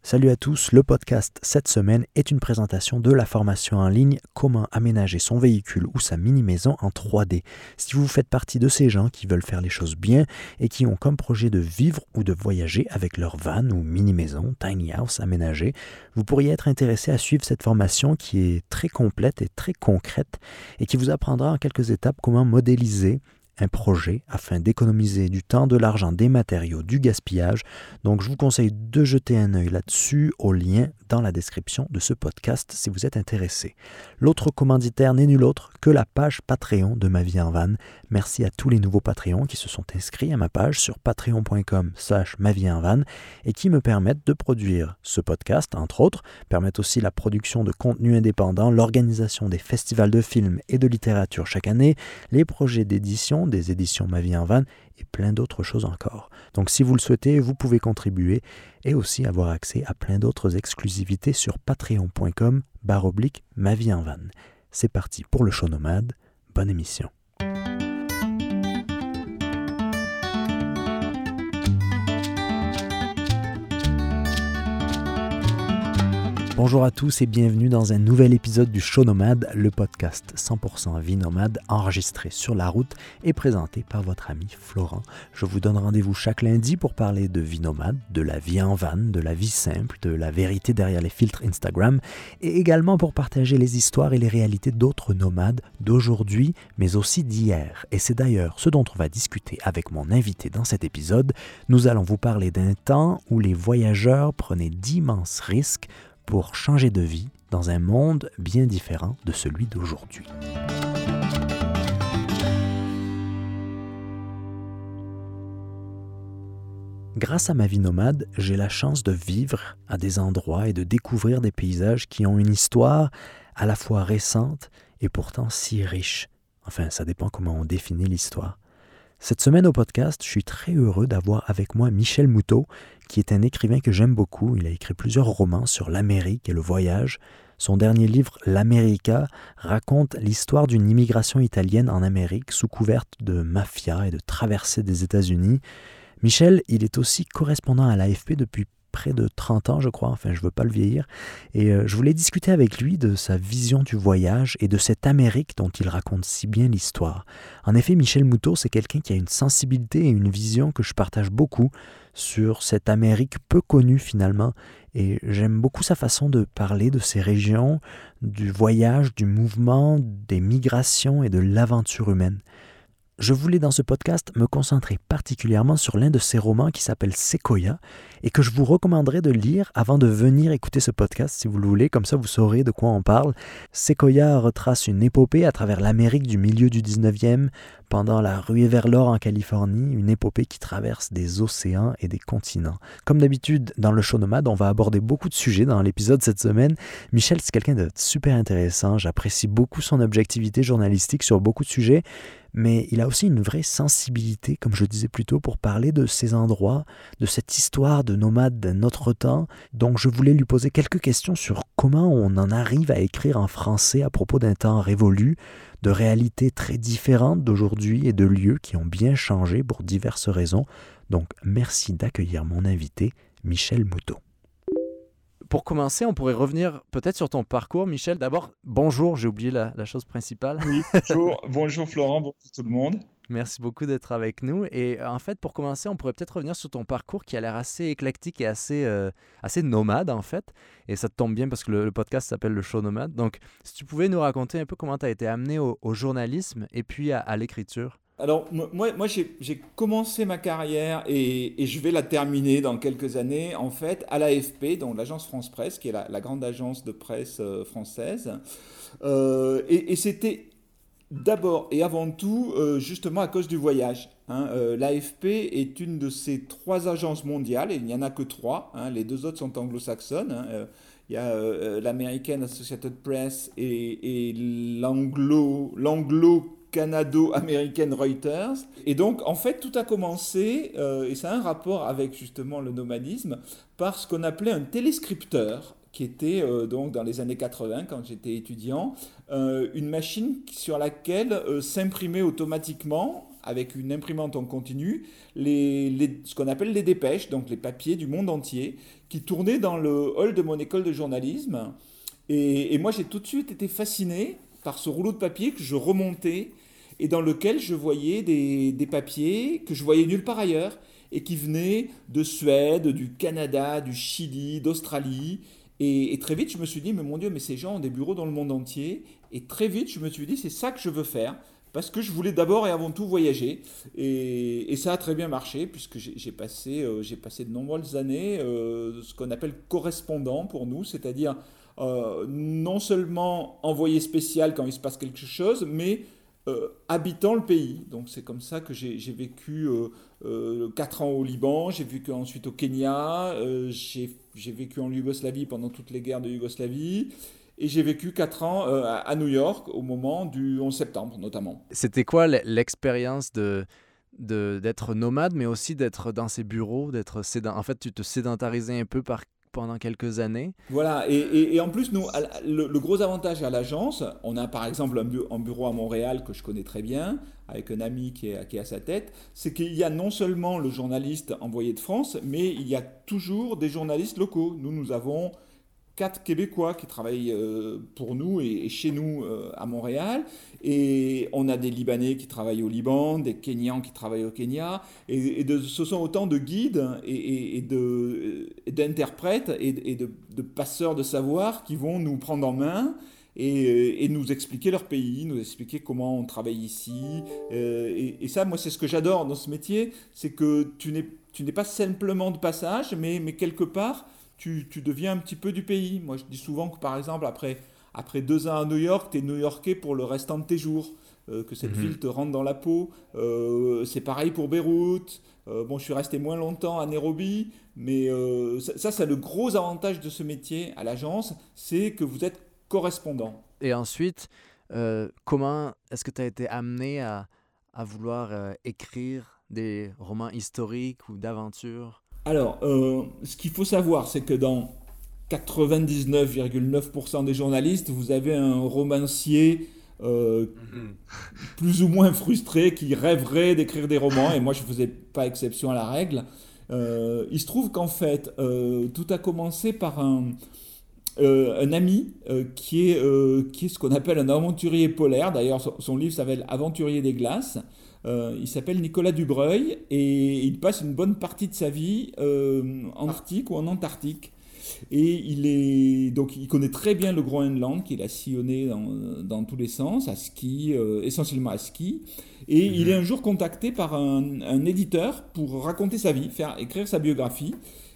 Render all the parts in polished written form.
Salut à tous, le podcast cette semaine est une présentation de la formation en ligne Comment aménager son véhicule ou sa mini-maison en 3D. Si vous faites partie de ces gens qui veulent faire les choses bien et qui ont comme projet de vivre ou de voyager avec leur van ou mini-maison, tiny house aménagée, vous pourriez être intéressé à suivre cette formation qui est très complète et très concrète et qui vous apprendra en quelques étapes comment modéliser un projet afin d'économiser du temps, de l'argent, des matériaux, du gaspillage. Donc, je vous conseille de jeter un œil là-dessus au lien dans la description de ce podcast si vous êtes intéressé. L'autre commanditaire n'est nul autre que la page Patreon de Ma Vie en Van. Merci à tous les nouveaux Patreons qui se sont inscrits à ma page sur patreon.com/maviesenvan et qui me permettent de produire ce podcast, entre autres, permettent aussi la production de contenu indépendant, l'organisation des festivals de films et de littérature chaque année, les projets d'édition, des éditions Ma Vie en Van et plein d'autres choses encore. Donc si vous le souhaitez, vous pouvez contribuer et aussi avoir accès à plein d'autres exclusivités sur patreon.com/Ma Vie en Van. C'est parti pour le show nomade. Bonne émission. Bonjour à tous et bienvenue dans un nouvel épisode du Show Nomade, le podcast 100% vie nomade enregistré sur la route et présenté par votre ami Florent. Je vous donne rendez-vous chaque lundi pour parler de vie nomade, de la vie en van, de la vie simple, de la vérité derrière les filtres Instagram et également pour partager les histoires et les réalités d'autres nomades d'aujourd'hui mais aussi d'hier. Et c'est d'ailleurs ce dont on va discuter avec mon invité dans cet épisode. Nous allons vous parler d'un temps où les voyageurs prenaient d'immenses risques pour changer de vie dans un monde bien différent de celui d'aujourd'hui. Grâce à ma vie nomade, j'ai la chance de vivre à des endroits et de découvrir des paysages qui ont une histoire à la fois récente et pourtant si riche. Enfin, ça dépend comment on définit l'histoire. Cette semaine au podcast, je suis très heureux d'avoir avec moi Michel Moutot, qui est un écrivain que j'aime beaucoup. Il a écrit plusieurs romans sur l'Amérique et le voyage. Son dernier livre, L'America, raconte l'histoire d'une immigration italienne en Amérique sous couverte de mafia et de traversée des États-Unis. Michel, il est aussi correspondant à l'AFP depuis près de 30 ans, je crois, enfin je ne veux pas le vieillir, et je voulais discuter avec lui de sa vision du voyage et de cette Amérique dont il raconte si bien l'histoire. En effet, Michel Moutot, c'est quelqu'un qui a une sensibilité et une vision que je partage beaucoup sur cette Amérique peu connue finalement, et j'aime beaucoup sa façon de parler de ces régions, du voyage, du mouvement, des migrations et de l'aventure humaine. Je voulais dans ce podcast me concentrer particulièrement sur l'un de ses romans qui s'appelle Sequoia et que je vous recommanderais de lire avant de venir écouter ce podcast si vous le voulez, comme ça vous saurez de quoi on parle. Sequoia retrace une épopée à travers l'Amérique du milieu du 19e, pendant la ruée vers l'or en Californie, une épopée qui traverse des océans et des continents. Comme d'habitude, dans le show nomade, on va aborder beaucoup de sujets dans l'épisode cette semaine. Michel, c'est quelqu'un de super intéressant, j'apprécie beaucoup son objectivité journalistique sur beaucoup de sujets, mais il a aussi une vraie sensibilité, comme je disais plus tôt, pour parler de ces endroits, de cette histoire de nomade d'un autre temps. Donc je voulais lui poser quelques questions sur comment on en arrive à écrire en français à propos d'un temps révolu, de réalités très différentes d'aujourd'hui et de lieux qui ont bien changé pour diverses raisons. Donc merci d'accueillir mon invité, Michel Moutot. Pour commencer, on pourrait revenir peut-être sur ton parcours. Michel, d'abord, bonjour, j'ai oublié la chose principale. Oui, bonjour Florent, bonjour tout le monde. Merci beaucoup d'être avec nous. Et en fait, pour commencer, on pourrait peut-être revenir sur ton parcours qui a l'air assez éclectique et assez nomade en fait. Et ça te tombe bien parce que le podcast s'appelle Le Show Nomade. Donc, si tu pouvais nous raconter un peu comment tu as été amené au journalisme et puis à l'écriture. Alors moi j'ai commencé ma carrière et je vais la terminer dans quelques années en fait à l'AFP, donc l'agence France Presse, qui est la grande agence de presse française. Et c'était d'abord et avant tout justement à cause du voyage. L'AFP est une de ces 3 agences mondiales, et il n'y en a que 3, les 2 autres sont anglo-saxonnes. Il y a l'American Associated Press et l'anglo-canado-américaine Reuters. Et donc, en fait, tout a commencé, et ça a un rapport avec justement le nomadisme, par ce qu'on appelait un téléscripteur, qui était donc dans les années 80, quand j'étais étudiant, une machine sur laquelle s'imprimait automatiquement avec une imprimante en continu, ce qu'on appelle les dépêches, donc les papiers du monde entier, qui tournaient dans le hall de mon école de journalisme. Et moi, j'ai tout de suite été fasciné par ce rouleau de papier que je remontais et dans lequel je voyais des papiers que je voyais nulle part ailleurs et qui venaient de Suède, du Canada, du Chili, d'Australie. Et très vite, je me suis dit, mais mon Dieu, mais ces gens ont des bureaux dans le monde entier. Et très vite, je me suis dit, c'est ça que je veux faire. Parce que je voulais d'abord et avant tout voyager. Et ça a très bien marché, puisque j'ai passé de nombreuses années, ce qu'on appelle correspondant pour nous, c'est-à-dire non seulement envoyé spécial quand il se passe quelque chose, mais habitant le pays. Donc c'est comme ça que j'ai vécu 4 ans au Liban, j'ai vécu ensuite au Kenya, j'ai vécu en Yougoslavie pendant toutes les guerres de Yougoslavie, et j'ai vécu 4 ans à New York au moment du 11 septembre notamment. C'était quoi l'expérience d'être nomade, mais aussi d'être dans ces bureaux, en fait, tu te sédentarisais un peu pendant quelques années. Voilà, et en plus, nous, le gros avantage à l'agence, on a par exemple un bureau à Montréal que je connais très bien, avec un ami qui est à sa tête, c'est qu'il y a non seulement le journaliste envoyé de France, mais il y a toujours des journalistes locaux. Nous avons 4 Québécois qui travaillent pour nous et chez nous à Montréal. Et on a des Libanais qui travaillent au Liban, des Kenyans qui travaillent au Kenya. Ce sont autant de guides d'interprètes et de passeurs de savoir qui vont nous prendre en main et nous expliquer leur pays, nous expliquer comment on travaille ici. Et ça, moi, c'est ce que j'adore dans ce métier, c'est que tu n'es pas simplement de passage, mais quelque part, tu deviens un petit peu du pays. Moi, je dis souvent que, par exemple, après 2 ans à New York, tu es new-yorkais pour le restant de tes jours, que cette ville te rentre dans la peau. C'est pareil pour Beyrouth. Bon, je suis resté moins longtemps à Nairobi, mais ça, c'est le gros avantage de ce métier à l'agence, c'est que vous êtes correspondant. Et ensuite, comment est-ce que tu as été amené à vouloir écrire des romans historiques ou d'aventures? Alors, ce qu'il faut savoir, c'est que dans 99,9% des journalistes, vous avez un romancier plus ou moins frustré qui rêverait d'écrire des romans, et moi je ne faisais pas exception à la règle. Il se trouve qu'en fait, tout a commencé par un ami qui est ce qu'on appelle un aventurier polaire. D'ailleurs, son livre s'appelle Aventurier des glaces. Il s'appelle Nicolas Dubreuil et il passe une bonne partie de sa vie en Arctique ou en Antarctique. Et il connaît très bien le Groenland qu'il a sillonné dans tous les sens, à ski, essentiellement à ski. Et il est un jour contacté par un éditeur pour raconter sa vie, écrire sa biographie.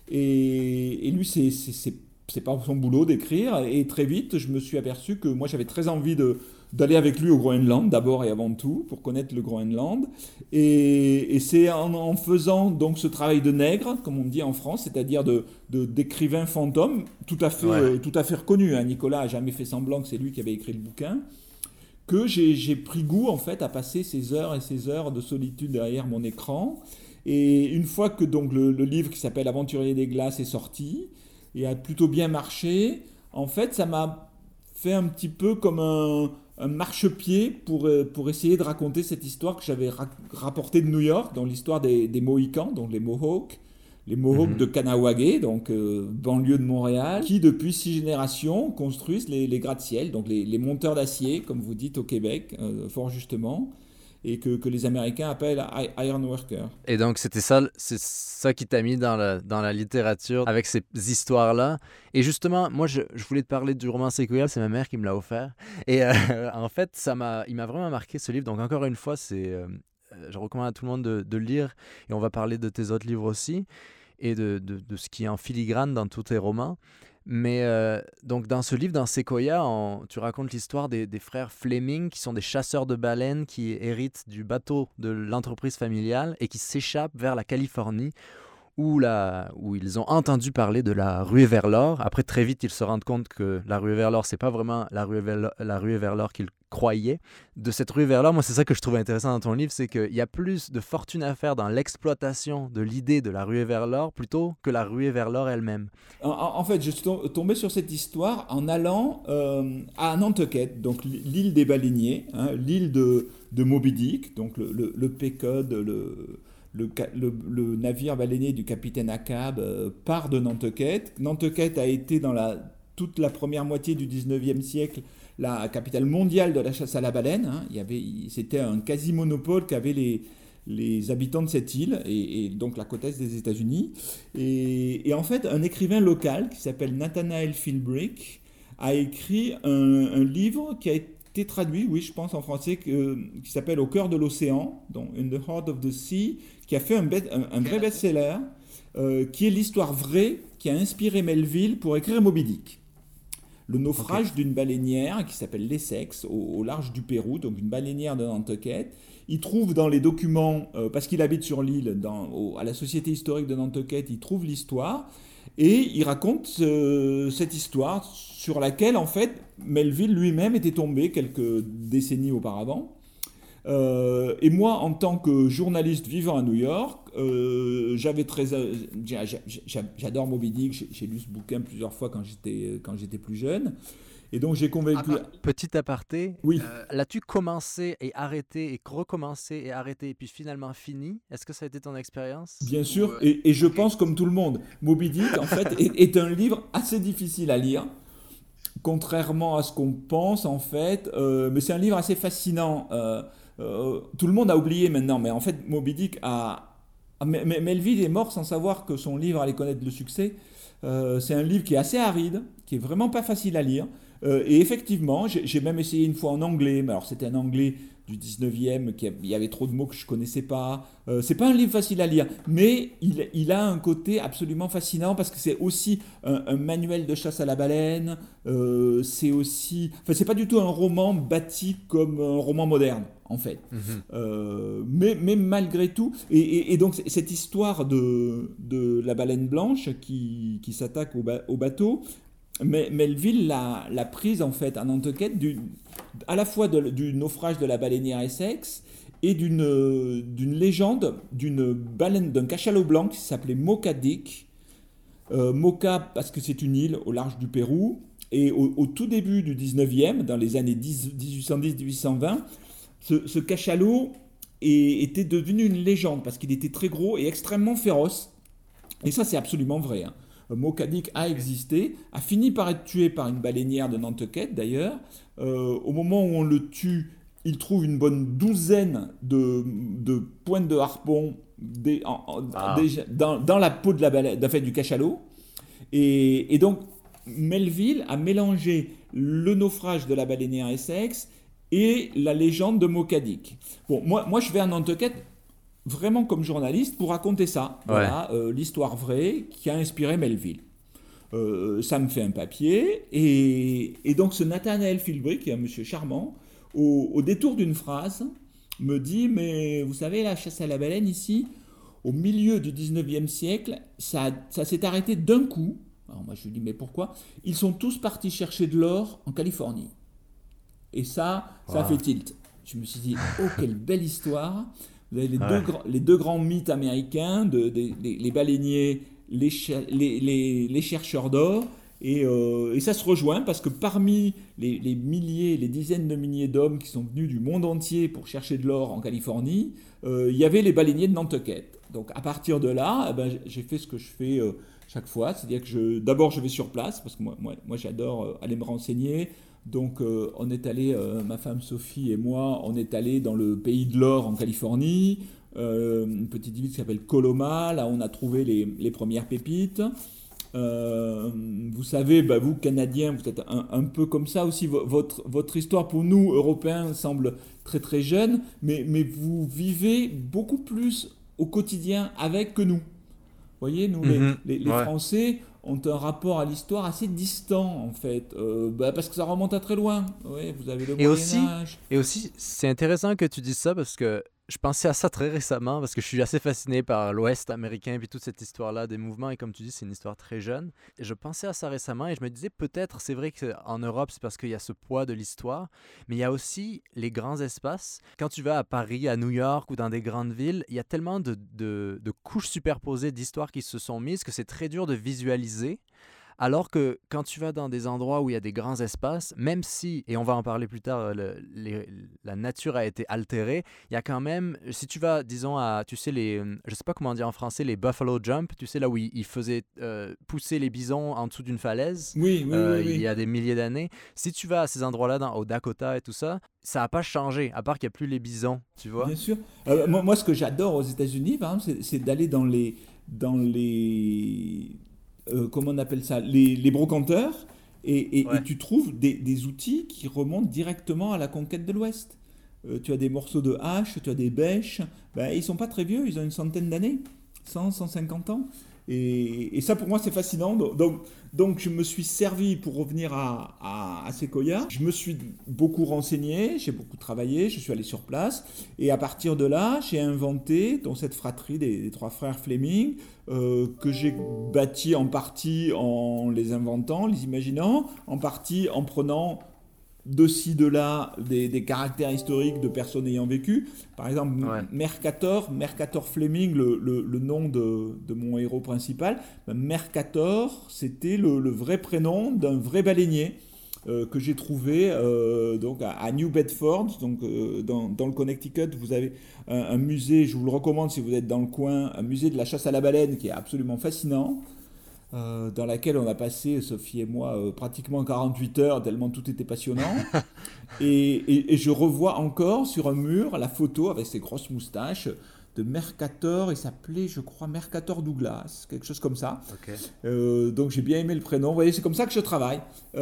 Et lui, c'est pas son boulot d'écrire. Et très vite, je me suis aperçu que moi, j'avais très envie d'aller avec lui au Groenland, d'abord et avant tout, pour connaître le Groenland. Et c'est en faisant donc ce travail de nègre, comme on dit en France, c'est-à-dire d'écrivain fantôme, tout à fait reconnu. Hein. Nicolas n'a jamais fait semblant que c'est lui qui avait écrit le bouquin, que j'ai pris goût en fait à passer ces heures et ces heures de solitude derrière mon écran. Et une fois que donc le livre qui s'appelle Aventurier des glaces est sorti et a plutôt bien marché, en fait ça m'a fait un petit peu comme un marchepied pour essayer de raconter cette histoire que j'avais rapportée de New York, dans l'histoire des Mohicans, donc les Mohawks de Kanawagé, donc banlieue de Montréal, qui depuis 6 générations construisent les gratte-ciel, donc les monteurs d'acier, comme vous dites au Québec, fort justement, et que les Américains appellent Iron Worker. Et donc c'est ça qui t'a mis dans la littérature avec ces histoires-là. Et justement, moi je voulais te parler du roman Sequoia, c'est ma mère qui me l'a offert. Et en fait, il m'a vraiment marqué ce livre. Donc encore une fois, je recommande à tout le monde de le lire. Et on va parler de tes autres livres aussi et de ce qui est en filigrane dans tous tes romans. Mais donc dans ce livre, dans Sequoia, tu racontes l'histoire des frères Fleming qui sont des chasseurs de baleines qui héritent du bateau de l'entreprise familiale et qui s'échappent vers la Californie où ils ont entendu parler de la ruée vers l'or. Après, très vite, ils se rendent compte que la ruée vers l'or, c'est pas vraiment la ruée vers l'or qu'ils croyais de cette ruée vers l'or. Moi, c'est ça que je trouve intéressant dans ton livre, c'est qu'il y a plus de fortune à faire dans l'exploitation de l'idée de la ruée vers l'or plutôt que la ruée vers l'or elle-même. En fait, je suis tombé sur cette histoire en allant à Nantucket, donc l'île des baleiniers, hein, l'île de Moby Dick, donc le Pequod, le navire baleinier du capitaine Ahab part de Nantucket. Nantucket a été toute la première moitié du 19e siècle la capitale mondiale de la chasse à la baleine. Hein. C'était un quasi-monopole qu'avaient les habitants de cette île et donc la côte est des États-Unis. Et en fait, un écrivain local qui s'appelle Nathanael Philbrick a écrit un livre qui a été traduit, oui, je pense en français, qui s'appelle Au cœur de l'océan, donc In the Heart of the Sea, qui a fait un vrai best-seller, qui est l'histoire vraie qui a inspiré Melville pour écrire Moby Dick. Le naufrage d'une baleinière qui s'appelle l'Essex au large du Pérou, donc une baleinière de Nantucket. Il trouve dans les documents, parce qu'il habite sur l'île, à la Société historique de Nantucket, il trouve l'histoire et il raconte cette histoire sur laquelle en fait Melville lui-même était tombé quelques décennies auparavant. Et moi, en tant que journaliste vivant à New York, j'adore Moby Dick, j'ai lu ce bouquin plusieurs fois quand j'étais plus jeune. Et donc j'ai convaincu... Petit aparté, oui. L'as-tu commencé et arrêté et recommencé et arrêté et puis finalement fini? Est-ce que ça a été ton expérience? Bien sûr, et je pense comme tout le monde, Moby Dick en fait est un livre assez difficile à lire, contrairement à ce qu'on pense en fait, mais c'est un livre assez fascinant. Tout le monde a oublié maintenant, mais en fait Moby Dick Melville est mort sans savoir que son livre allait connaître le succès. C'est un livre qui est assez aride, qui est vraiment pas facile à lire. Et effectivement, j'ai même essayé une fois en anglais, mais alors c'était un anglais du 19e, il y avait trop de mots que je connaissais pas. C'est pas un livre facile à lire, mais il a un côté absolument fascinant parce que c'est aussi un manuel de chasse à la baleine. C'est pas du tout un roman bâti comme un roman moderne, en fait. Mais malgré tout, et donc cette histoire de la baleine blanche qui s'attaque au bateau. Melville l'a prise en fait à Nantucket à la fois du naufrage de la baleinière Essex et d'une légende d'un cachalot blanc qui s'appelait Mocha Dick. Mocha parce que c'est une île au large du Pérou et au tout début du 19e, dans les années 1810-1820, ce cachalot était devenu une légende parce qu'il était très gros et extrêmement féroce. Et ça c'est absolument vrai, hein. Mocha Dick a existé, a fini par être tué par une baleinière de Nantucket d'ailleurs. Au moment où on le tue, il trouve une bonne douzaine de pointes de harpon dans la peau de la baleine, du cachalot. Et donc Melville a mélangé le naufrage de la baleinière Essex et la légende de Mocha Dick. Bon, moi je vais à Nantucket vraiment comme journaliste pour raconter ça. Ouais. Voilà, l'histoire vraie qui a inspiré Melville. Ça me fait un papier et donc ce Nathanael Philbrick, qui est un monsieur charmant, au détour d'une phrase, me dit « Mais vous savez, la chasse à la baleine ici, au milieu du 19e siècle, ça s'est arrêté d'un coup. » Alors moi je lui dis « Mais pourquoi ?» Ils sont tous partis chercher de l'or en Californie. Et ça a fait tilt. Je me suis dit « Oh, quelle belle histoire !» Vous avez les deux grands mythes américains, les baleiniers, les chercheurs d'or, et ça se rejoint parce que parmi les milliers, les dizaines de milliers d'hommes qui sont venus du monde entier pour chercher de l'or en Californie, il y avait les baleiniers de Nantucket. Donc à partir de là, j'ai fait ce que je fais chaque fois, c'est-à-dire que d'abord je vais sur place, parce que moi j'adore aller me renseigner. Donc on est allé, ma femme Sophie et moi, on est allé dans le pays de l'or en Californie, une petite ville qui s'appelle Coloma, là on a trouvé les premières pépites. Vous savez, vous Canadiens, vous êtes un peu comme ça aussi, votre histoire pour nous Européens semble très très jeune, mais vous vivez beaucoup plus au quotidien avec que nous. Vous voyez, nous les Français ont un rapport à l'histoire assez distant en fait, parce que ça remonte à très loin. Ouais, vous avez le Moyen-Âge. Et aussi, c'est intéressant que tu dises ça parce que je pensais à ça très récemment parce que je suis assez fasciné par l'Ouest américain et toute cette histoire-là des mouvements. Et comme tu dis, c'est une histoire très jeune. Et je pensais à ça récemment et je me disais peut-être, c'est vrai qu'en Europe, c'est parce qu'il y a ce poids de l'histoire, mais il y a aussi les grands espaces. Quand tu vas à Paris, à New York ou dans des grandes villes, il y a tellement de couches superposées d'histoires qui se sont mises que c'est très dur de visualiser. Alors que quand tu vas dans des endroits où il y a des grands espaces, même si, et on va en parler plus tard, la nature a été altérée, il y a quand même, si tu vas, disons, à, tu sais, je sais pas comment dire en français, les Buffalo Jump, tu sais, là où ils faisaient pousser les bisons en dessous d'une falaise, Oui, oui, oui, il y oui. a des milliers d'années, si tu vas à ces endroits-là, au Dakota et tout ça, ça n'a pas changé, à part qu'il n'y a plus les bisons, tu vois? Bien sûr. Moi, ce que j'adore aux États-Unis, par exemple, c'est d'aller dans les comment on appelle ça, les brocanteurs, et Ouais. tu trouves des outils qui remontent directement à la conquête de l'Ouest. Tu as des morceaux de hache, tu as des bêches. Ben, ils sont pas très vieux, ils ont une centaine d'années, 150 ans. Et ça, pour moi, c'est fascinant. Donc, je me suis servi, pour revenir à Sequoia, je me suis beaucoup renseigné, j'ai beaucoup travaillé, je suis allé sur place. Et à partir de là, j'ai inventé donc, cette fratrie des trois frères Fleming, que j'ai bâti en partie en les inventant, les imaginant, en partie en prenant de ci, de là, des caractères historiques de personnes ayant vécu. Par exemple, Ouais. Mercator Fleming, le nom de mon héros principal. Mercator, c'était le vrai prénom d'un vrai baleinier que j'ai trouvé donc à New Bedford, donc dans le Connecticut. Vous avez un musée, je vous le recommande si vous êtes dans le coin, un musée de la chasse à la baleine qui est absolument fascinant, dans laquelle on a passé, Sophie et moi, pratiquement 48 heures, tellement tout était passionnant. Et je revois encore sur un mur la photo avec ses grosses moustaches de Mercator, il s'appelait, je crois, Mercator Douglas, quelque chose comme ça. Ok. Donc j'ai bien aimé le prénom. Vous voyez, c'est comme ça que je travaille.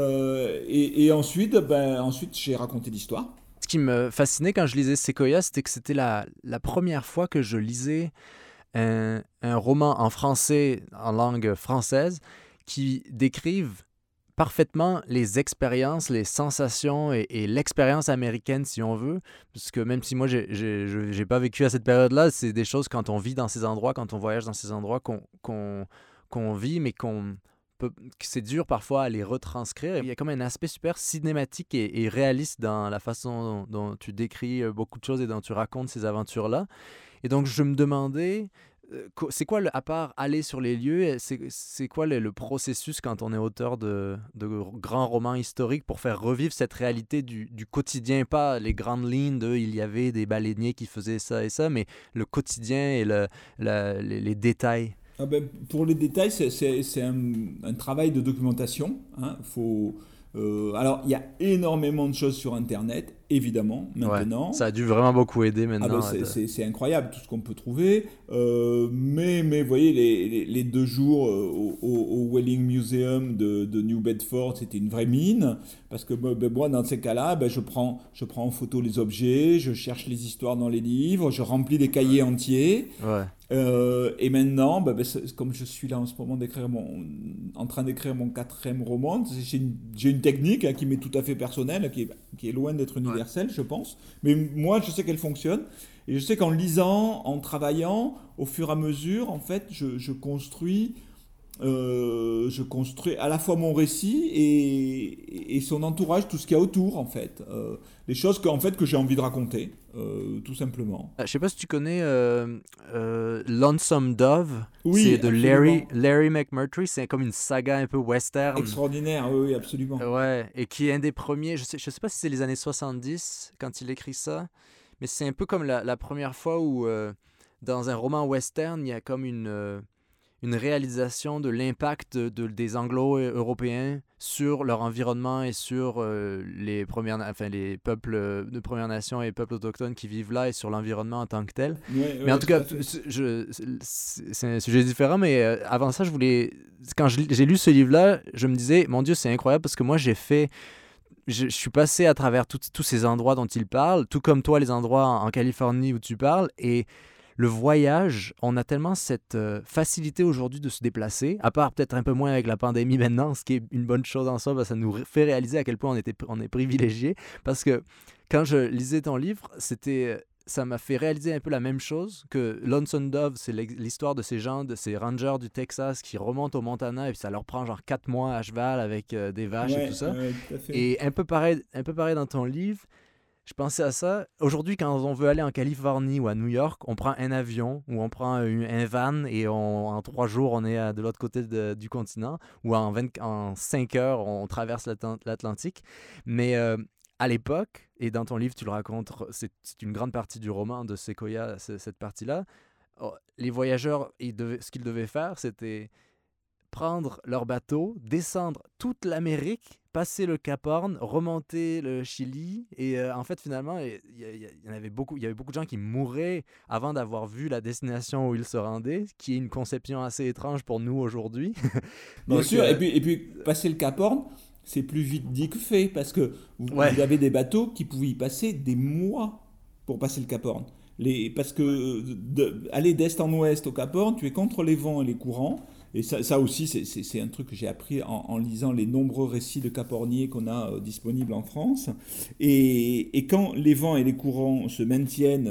Et ensuite, ensuite j'ai raconté l'histoire. Ce qui me fascinait quand je lisais Sequoia, c'était que c'était la première fois que je lisais un roman en français, en langue française, qui décrive parfaitement les expériences, les sensations et l'expérience américaine, si on veut. Parce que même si moi, j'ai pas vécu à cette période-là, c'est des choses quand on vit dans ces endroits, quand on voyage dans ces endroits, qu'on vit, mais que c'est dur parfois à les retranscrire. Il y a comme un aspect super cinématique et réaliste dans la façon dont tu décris beaucoup de choses et dont tu racontes ces aventures-là. Et donc, je me demandais, c'est quoi, à part aller sur les lieux, c'est quoi le processus quand on est auteur de grands romans historiques pour faire revivre cette réalité du quotidien, pas les grandes lignes de il y avait des baleiniers qui faisaient ça et ça, mais le quotidien et les détails. Ah ben, pour les détails, c'est un travail de documentation, hein. Alors, il y a énormément de choses sur Internet, évidemment, Ouais, maintenant. ça a dû vraiment beaucoup aider Ah ben maintenant. c'est incroyable tout ce qu'on peut trouver. Mais vous voyez, les 2 jours au Whaling Museum de New Bedford, c'était une vraie mine. Parce que moi, dans ces cas-là, je prends en photo les objets, je cherche les histoires dans les livres, je remplis des cahiers entiers. Ouais, Et maintenant, comme je suis là en ce moment en train d'écrire mon 4e roman, j'ai une technique, hein, qui m'est tout à fait personnelle, qui est loin d'être ouais. universelle, je pense. Mais moi, je sais qu'elle fonctionne. Et je sais qu'en lisant, en travaillant, au fur et à mesure, en fait, je construis à la fois mon récit et son entourage, tout ce qu'il y a autour, en fait. Les choses que j'ai envie de raconter, tout simplement. Je sais pas si tu connais Lonesome Dove, c'est Oui, de absolument. Larry McMurtry, c'est comme une saga un peu western. Extraordinaire, oui, oui, absolument. Ouais, et qui est un des premiers, je sais pas si c'est les années 70 quand il écrit ça, mais c'est un peu comme la première fois où dans un roman western, il y a comme une réalisation de l'impact des Anglo-Européens sur leur environnement et sur les peuples de Premières Nations et peuples autochtones qui vivent là et sur l'environnement en tant que tel. Oui, Mais en oui, tout tout cas, à fait. c'est un sujet différent, mais avant ça, quand j'ai lu ce livre-là, je me disais, mon Dieu, c'est incroyable parce que moi, je suis passé à travers tous ces endroits dont il parle, tout comme toi, les endroits en Californie où tu parles, et le voyage, on a tellement cette facilité aujourd'hui de se déplacer, à part peut-être un peu moins avec la pandémie maintenant, ce qui est une bonne chose en soi, parce que ça nous fait réaliser à quel point on est privilégié. Parce que quand je lisais ton livre, ça m'a fait réaliser un peu la même chose que Lonesome Dove, c'est l'histoire de ces gens, de ces rangers du Texas qui remontent au Montana et puis ça leur prend genre 4 mois à cheval avec des vaches et tout Ouais, ça. ouais, tout à fait. Et un peu pareil dans ton livre, je pensais à ça. Aujourd'hui, quand on veut aller en Californie ou à New York, on prend un avion ou on prend un van et en 3 jours, on est de l'autre côté du continent, ou en 5 heures, on traverse l'Atlantique. Mais à l'époque, et dans ton livre, tu le racontes, c'est une grande partie du roman de Sequoia, cette partie-là. Les voyageurs, ce qu'ils devaient faire, c'était prendre leur bateau, descendre toute l'Amérique, passer le Cap Horn, remonter le Chili. Et en fait, finalement, il y avait beaucoup de gens qui mouraient avant d'avoir vu la destination où ils se rendaient, ce qui est une conception assez étrange pour nous aujourd'hui. Bien Donc, sûr, et puis passer le Cap Horn, c'est plus vite dit que fait, parce que ouais. vous avez des bateaux qui pouvaient y passer des mois pour passer le Cap Horn. Parce que aller d'est en ouest au Cap Horn, tu es contre les vents et les courants. Et ça aussi, c'est un truc que j'ai appris en lisant les nombreux récits de caporniers qu'on a disponibles en France. Et quand les vents et les courants se maintiennent,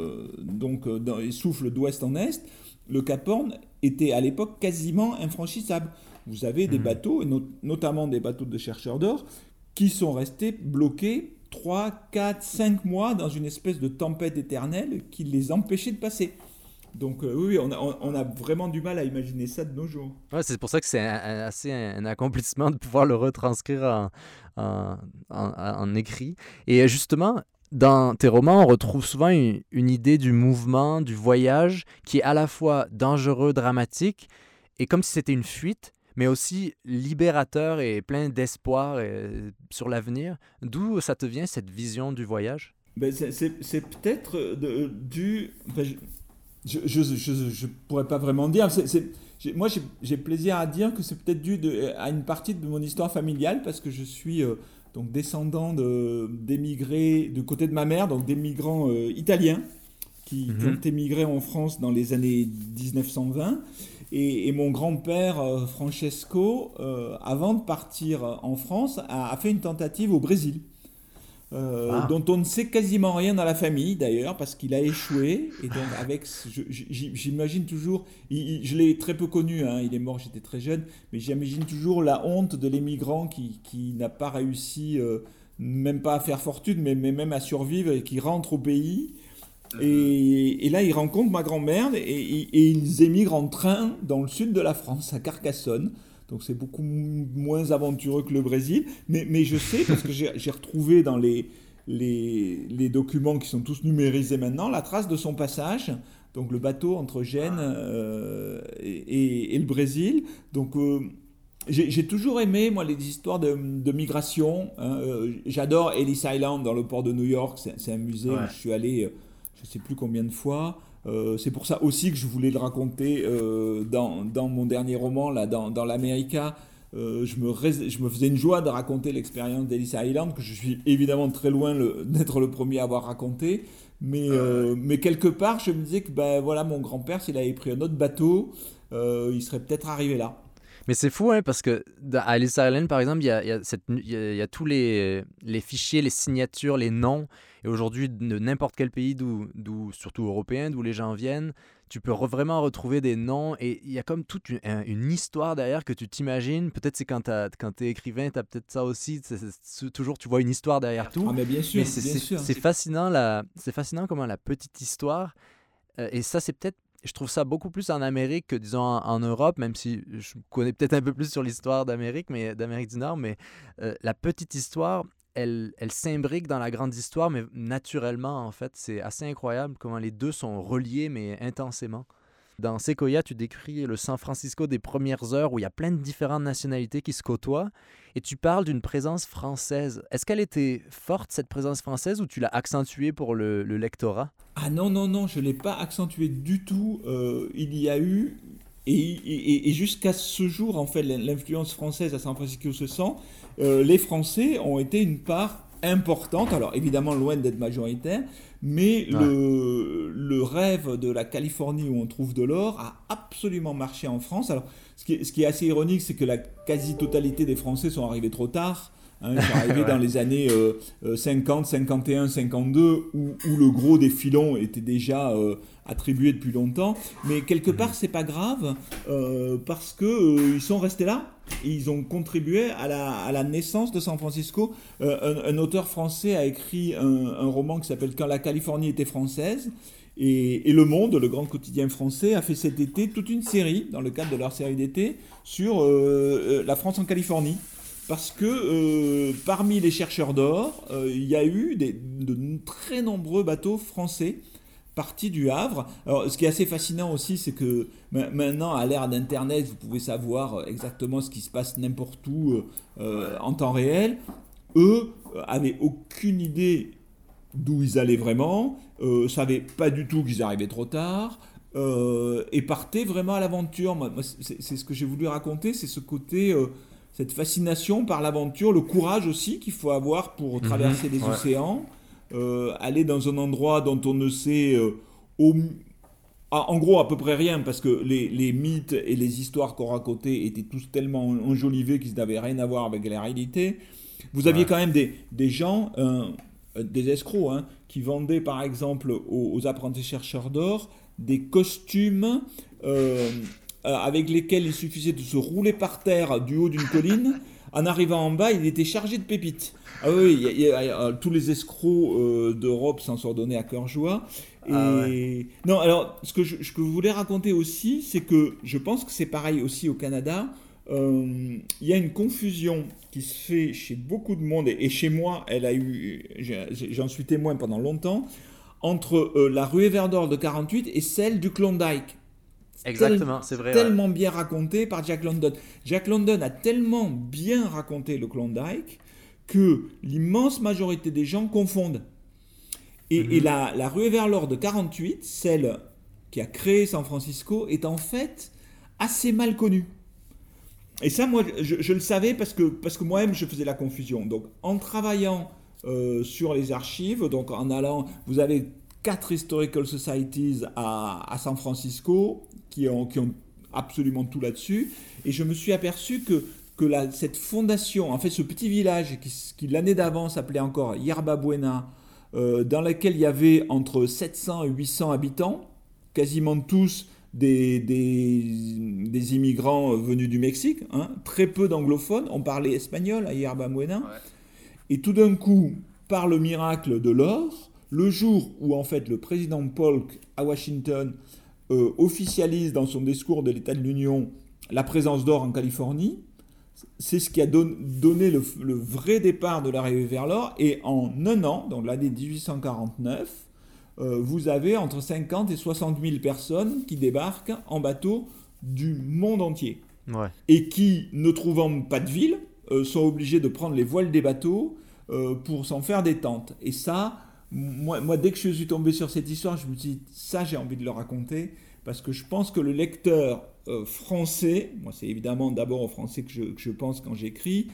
ils soufflent d'ouest en est, le Cap Horn était à l'époque quasiment infranchissable. Vous avez des bateaux, et notamment des bateaux de chercheurs d'or, qui sont restés bloqués 3, 4, 5 mois dans une espèce de tempête éternelle qui les empêchait de passer. Donc oui, on a vraiment du mal à imaginer ça de nos jours. Ouais, c'est pour ça que c'est assez un accomplissement de pouvoir le retranscrire en écrit. Et justement, dans tes romans, on retrouve souvent une idée du mouvement, du voyage, qui est à la fois dangereux, dramatique, et comme si c'était une fuite, mais aussi libérateur et plein d'espoir sur l'avenir. D'où ça te vient, cette vision du voyage? Ben, c'est peut-être enfin, je pourrais pas vraiment dire. Moi, j'ai plaisir à dire que c'est peut-être à une partie de mon histoire familiale, parce que je suis donc descendant d'émigrés du côté de ma mère, donc d'émigrants italiens qui ont émigré en France dans les années 1920. Et mon grand-père, Francesco, avant de partir en France, a fait une tentative au Brésil. Ah, Dont on ne sait quasiment rien dans la famille d'ailleurs, parce qu'il a échoué. Et donc, j'imagine toujours, je l'ai très peu connu, hein, il est mort, j'étais très jeune, mais j'imagine toujours la honte de l'émigrant qui n'a pas réussi, même pas à faire fortune, mais même à survivre, et qui rentre au pays. Et là, ils rencontrent ma grand-mère et ils émigrent en train dans le sud de la France, à Carcassonne. Donc c'est beaucoup moins aventureux que le Brésil. Mais je sais, parce que j'ai retrouvé dans les documents qui sont tous numérisés maintenant, la trace de son passage. Donc le bateau entre Gênes et le Brésil. Donc j'ai toujours aimé, moi, les histoires de migration, hein. J'adore Ellis Island dans le port de New York. C'est un musée où ouais. je suis allé, je ne sais plus combien de fois. C'est pour ça aussi que je voulais le raconter dans mon dernier roman, là, dans l'America. Je me faisais une joie de raconter l'expérience d'Ellis Island, que je suis évidemment très loin d'être le premier à avoir raconté. Mais quelque part, je me disais que ben, voilà, mon grand-père, s'il avait pris un autre bateau, il serait peut-être arrivé là. Mais c'est fou, hein, parce que à Ellis Island, par exemple, il y a tous les fichiers, les signatures, les noms. Et aujourd'hui, de n'importe quel pays, surtout européen, d'où les gens viennent, tu peux vraiment retrouver des noms. Et il y a comme toute une histoire derrière que tu t'imagines. Peut-être c'est quand t'es écrivain, tu as peut-être ça aussi. Toujours, tu vois une histoire derrière tout. Ah, mais bien Mais sûr, bien sûr. c'est fascinant, c'est fascinant comment la petite histoire. Et ça, c'est peut-être. Je trouve ça beaucoup plus en Amérique que, disons, en Europe, même si je connais peut-être un peu plus sur l'histoire d'Amérique, mais d'Amérique du Nord. Mais la petite histoire, elle s'imbrique dans la grande histoire, mais naturellement, en fait. C'est assez incroyable comment les deux sont reliés, mais intensément. Dans Sequoia, tu décris le San Francisco des premières heures où il y a plein de différentes nationalités qui se côtoient et tu parles d'une présence française. Est-ce qu'elle était forte, cette présence française, ou tu l'as accentuée pour le lectorat? Ah non, non, non, je ne l'ai pas accentué du tout. Il y a eu, et jusqu'à ce jour, en fait, l'influence française à San Francisco se sent. Les Français ont été une part importante, alors évidemment loin d'être majoritaire, mais Ouais. le rêve de la Californie où on trouve de l'or a absolument marché en France. Alors, ce qui est assez ironique, c'est que la quasi-totalité des Français sont arrivés trop tard. Hein, ils sont arrivés dans Ouais. les années 50, 51, 52, où le gros des filons était déjà attribué depuis longtemps. Mais quelque part, Mhm. c'est pas grave, parce que ils sont restés là. Et ils ont contribué à la naissance de San Francisco. Un auteur français a écrit un roman qui s'appelle Quand la Californie était française. Et Le Monde, le grand quotidien français, a fait cet été toute une série, dans le cadre de leur série d'été, sur la France en Californie. Parce que parmi les chercheurs d'or, il y a eu de très nombreux bateaux français partie du Havre. Alors, ce qui est assez fascinant aussi, c'est que maintenant, à l'ère d'Internet, vous pouvez savoir exactement ce qui se passe n'importe où Ouais. en temps réel. Eux avaient aucune idée d'où ils allaient vraiment, savaient pas du tout qu'ils arrivaient trop tard, et partaient vraiment à l'aventure. Moi, c'est ce que j'ai voulu raconter, c'est ce côté, cette fascination par l'aventure, le courage aussi qu'il faut avoir pour Mhm. traverser les Ouais. océans, aller dans un endroit dont on ne sait au, en gros à peu près rien, parce que les mythes et les histoires qu'on racontait étaient tous tellement enjolivés qu'ils n'avaient rien à voir avec la réalité. Vous aviez Ouais. quand même des gens, des escrocs, hein, qui vendaient par exemple aux apprentis chercheurs d'or des costumes avec lesquels il suffisait de se rouler par terre du haut d'une colline. En arrivant en bas, il était chargé de pépites. Ah oui, tous les escrocs d'Europe s'en sont donnés à cœur joie. Ah ouais. Et non, alors ce que je voulais raconter aussi, c'est que je pense que c'est pareil aussi au Canada. Il y a une confusion qui se fait chez beaucoup de monde, et chez moi, j'en suis témoin pendant longtemps, entre la ruée vers d'or de 48 et celle du Klondike. Tel- Exactement, c'est vrai, ouais. Tellement bien raconté par Jack London. Jack London a tellement bien raconté le Klondike que l'immense majorité des gens confondent. Et Mhm. la ruée vers l'or de 48, celle qui a créé San Francisco, est en fait assez mal connue. Et ça, moi, je le savais parce que moi-même, je faisais la confusion. Donc, en travaillant sur les archives, donc en allant, vous avez 4 Historical Societies à San Francisco qui ont absolument tout là-dessus. Et je me suis aperçu que cette fondation, en fait, ce petit village qui l'année d'avant s'appelait encore Yerba Buena, dans lequel il y avait entre 700 et 800 habitants, quasiment tous des immigrants venus du Mexique, hein, très peu d'anglophones, on parlait espagnol à Yerba Buena, Ouais. et tout d'un coup, par le miracle de l'or, le jour où en fait le président Polk à Washington officialise dans son discours de l'État de l'Union la présence d'or en Californie, c'est ce qui a donné le vrai départ de l'arrivée vers l'or. Et en un an, donc l'année 1849, vous avez entre 50 et 60 000 personnes qui débarquent en bateau du monde entier. Ouais. Et qui, ne trouvant pas de ville, sont obligés de prendre les voiles des bateaux pour s'en faire des tentes. Et ça, moi, dès que je suis tombé sur cette histoire, je me suis dit, ça, j'ai envie de le raconter, parce que je pense que le lecteur français, moi c'est évidemment d'abord au français que je pense quand j'écris,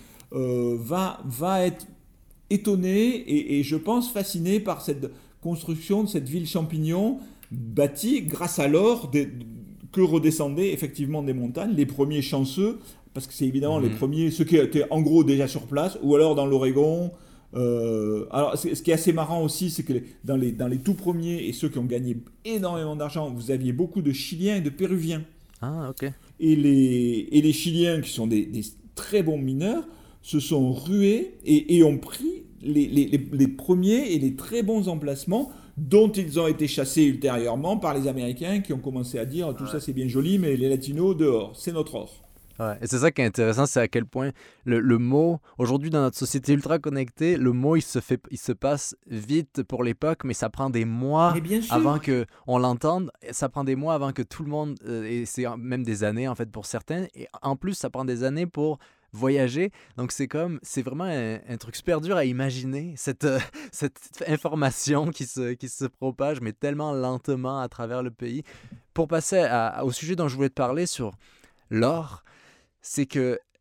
va être étonné et je pense fasciné par cette construction de cette ville champignon bâtie grâce à l'or que redescendaient effectivement des montagnes, les premiers chanceux, parce que c'est évidemment les Mhm. premiers, ceux qui étaient en gros déjà sur place, ou alors dans l'Oregon. Alors, ce qui est assez marrant aussi, c'est que dans les tout premiers et ceux qui ont gagné énormément d'argent, vous aviez beaucoup de Chiliens et de Péruviens. Ah, ok. Et les Chiliens, qui sont des très bons mineurs, se sont rués et ont pris les premiers et les très bons emplacements dont ils ont été chassés ultérieurement par les Américains qui ont commencé à dire tout ça Ouais. c'est bien joli, mais les Latinos dehors, c'est notre or. Ouais. Et c'est ça qui est intéressant, c'est à quel point le mot, aujourd'hui dans notre société ultra connectée, le mot il se passe vite pour l'époque, mais ça prend des Mais mois bien sûr, avant que on l'entende. Ça prend des mois avant que tout le monde, et c'est même des années en fait pour certains. Et en plus, ça prend des années pour voyager. Donc c'est vraiment un truc super dur à imaginer, cette information qui se propage, mais tellement lentement à travers le pays. Pour passer au sujet dont je voulais te parler sur l'or, c'est que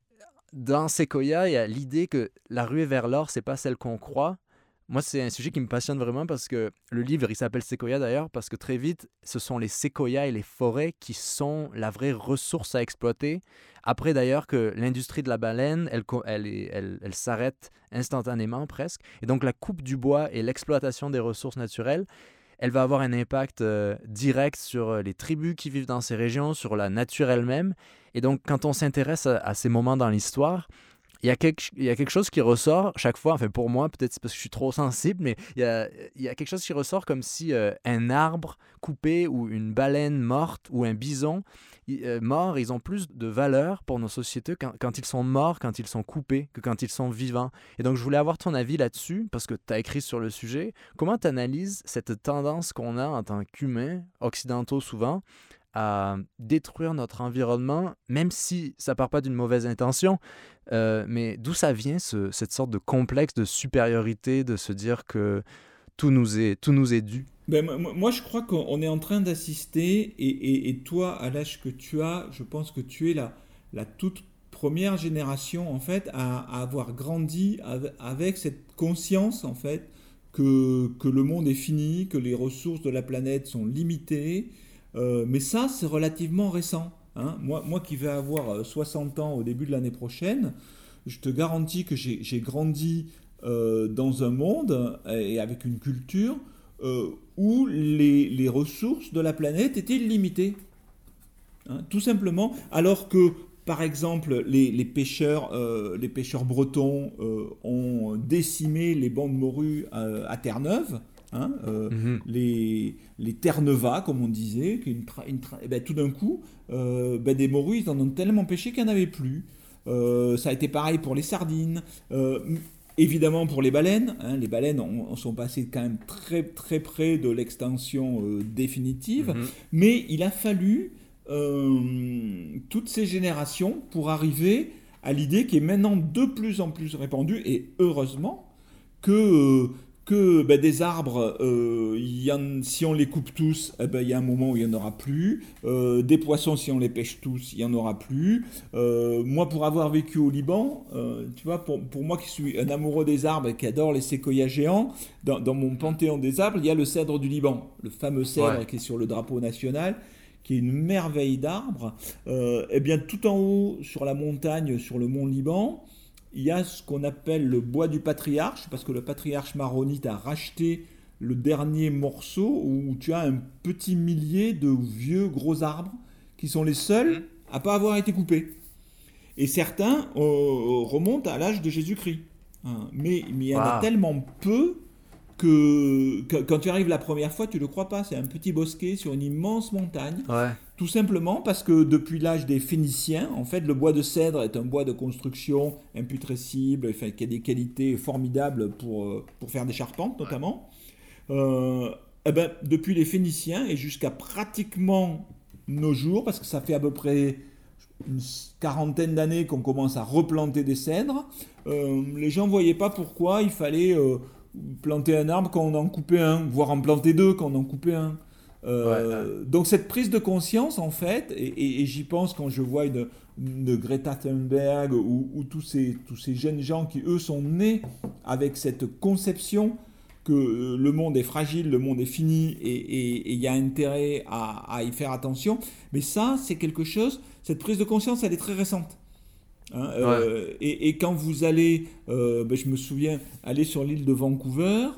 dans Sequoia, il y a l'idée que la ruée vers l'or, c'est pas celle qu'on croit. Moi, c'est un sujet qui me passionne vraiment parce que le livre, il s'appelle Sequoia d'ailleurs, parce que très vite, ce sont les séquoias et les forêts qui sont la vraie ressource à exploiter. Après d'ailleurs que l'industrie de la baleine, elle s'arrête instantanément presque. Et donc la coupe du bois et l'exploitation des ressources naturelles, elle va avoir un impact direct sur les tribus qui vivent dans ces régions, sur la nature elle-même. Et donc, quand on s'intéresse à ces moments dans l'histoire, il y a quelque chose qui ressort chaque fois, enfin pour moi, peut-être c'est parce que je suis trop sensible, mais il y a quelque chose qui ressort comme si un arbre coupé ou une baleine morte ou un bison mort, ils ont plus de valeur pour nos sociétés quand ils sont morts, quand ils sont coupés, que quand ils sont vivants. Et donc je voulais avoir ton avis là-dessus, parce que tu as écrit sur le sujet. Comment tu analyses cette tendance qu'on a en tant qu'humains, occidentaux souvent, à détruire notre environnement, même si ça part pas d'une mauvaise intention, mais d'où ça vient cette sorte de complexe de supériorité, de se dire que tout nous est dû? Ben, moi, je crois qu'on est en train d'assister, et toi, à l'âge que tu as, je pense que tu es la toute première génération, en fait, à avoir grandi avec cette conscience, en fait, que le monde est fini, que les ressources de la planète sont limitées. Mais ça, c'est relativement récent, hein. Moi qui vais avoir 60 ans au début de l'année prochaine, je te garantis que j'ai grandi dans un monde et avec une culture où les ressources de la planète étaient limitées, hein, tout simplement. Alors que, par exemple, les pêcheurs bretons ont décimé les bancs de morue à Terre-Neuve, hein, Mhm. les Terre-Neuvas, comme on disait, et ben, tout d'un coup, ben, des morues, ils en ont tellement pêché qu'il n'y en avait plus. Ça a été pareil pour les sardines. Évidemment pour les baleines, hein, les baleines sont passées quand même très très près de l'extinction définitive, Mhm. mais il a fallu toutes ces générations pour arriver à l'idée qui est maintenant de plus en plus répandue, et heureusement, que, que ben, des arbres, si on les coupe tous, eh ben, il y a un moment où il n'y en aura plus. Des poissons, si on les pêche tous, il n'y en aura plus. Moi, pour avoir vécu au Liban, tu vois, pour moi qui suis un amoureux des arbres et qui adore les séquoias géants, dans mon panthéon des arbres, il y a le cèdre du Liban, le fameux Ouais. cèdre qui est sur le drapeau national, qui est une merveille d'arbre. Eh bien, tout en haut, sur la montagne, sur le mont Liban, il y a ce qu'on appelle le bois du patriarche, parce que le patriarche maronite a racheté le dernier morceau où tu as un petit millier de vieux gros arbres qui sont les seuls Mhm. à pas avoir été coupés. Et certains remontent à l'âge de Jésus-Christ, hein. Mais il y en a Waouh. tellement peu que quand tu arrives la première fois, tu ne le crois pas. C'est un petit bosquet sur une immense montagne. Ouais. Tout simplement parce que depuis l'âge des Phéniciens, en fait, le bois de cèdre est un bois de construction imputrescible, enfin, qui a des qualités formidables pour faire des charpentes Ouais. notamment. Eh ben, depuis les Phéniciens et jusqu'à pratiquement nos jours, parce que ça fait à peu près une quarantaine d'années qu'on commence à replanter des cèdres, les gens ne voyaient pas pourquoi il fallait planter un arbre quand on en coupait un, voire en planter deux quand on en coupait un. Ouais. Donc cette prise de conscience, en fait, et j'y pense quand je vois une Greta Thunberg ou tous ces jeunes gens qui, eux, sont nés avec cette conception que le monde est fragile, le monde est fini, et il y a intérêt à y faire attention. Mais ça, c'est quelque chose, cette prise de conscience, elle est très récente, hein. Ouais. Et quand vous allez, ben, je me souviens, aller sur l'île de Vancouver,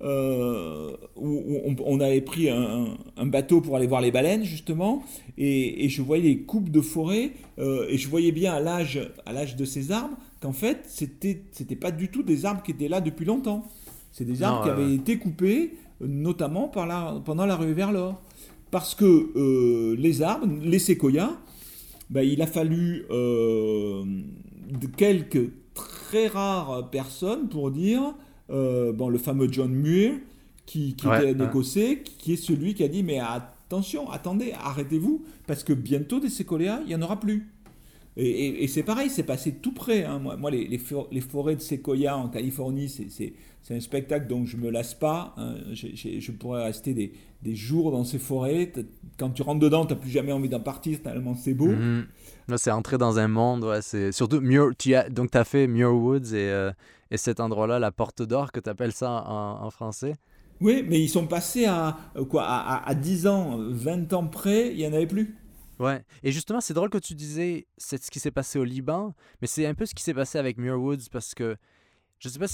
où on avait pris un bateau pour aller voir les baleines, justement, et je voyais les coupes de forêt, et je voyais bien à l'âge de ces arbres qu'en fait, c'était pas du tout des arbres qui étaient là depuis longtemps. C'est des arbres Non, qui ouais, ouais. avaient été coupés, notamment pendant la ruée vers l'or. Parce que les arbres, les séquoias, ben, il a fallu de quelques très rares personnes pour dire, bon, le fameux John Muir, qui Ouais, était un ouais. Écossais, qui est celui qui a dit, mais attention, attendez, arrêtez-vous, parce que bientôt des séquoias, il n'y en aura plus. Et c'est pareil, c'est passé tout près, hein. Moi les forêts de séquoia en Californie, c'est un spectacle dont je me lasse pas, hein. Je pourrais rester des jours dans ces forêts. Quand tu rentres dedans, tu n'as plus jamais envie d'en partir, tellement c'est beau. Mhm. Là, c'est entrer dans un monde, ouais, c'est surtout donc tu as fait Muir Woods et cet endroit-là, la Porte d'Or, que tu appelles ça en français. Oui, mais ils sont passés à 10 ans, 20 ans près, il n'y en avait plus. Ouais. Et justement, c'est drôle que tu disais c'est ce qui s'est passé au Liban, mais c'est un peu ce qui s'est passé avec Muir Woods parce que je sais pas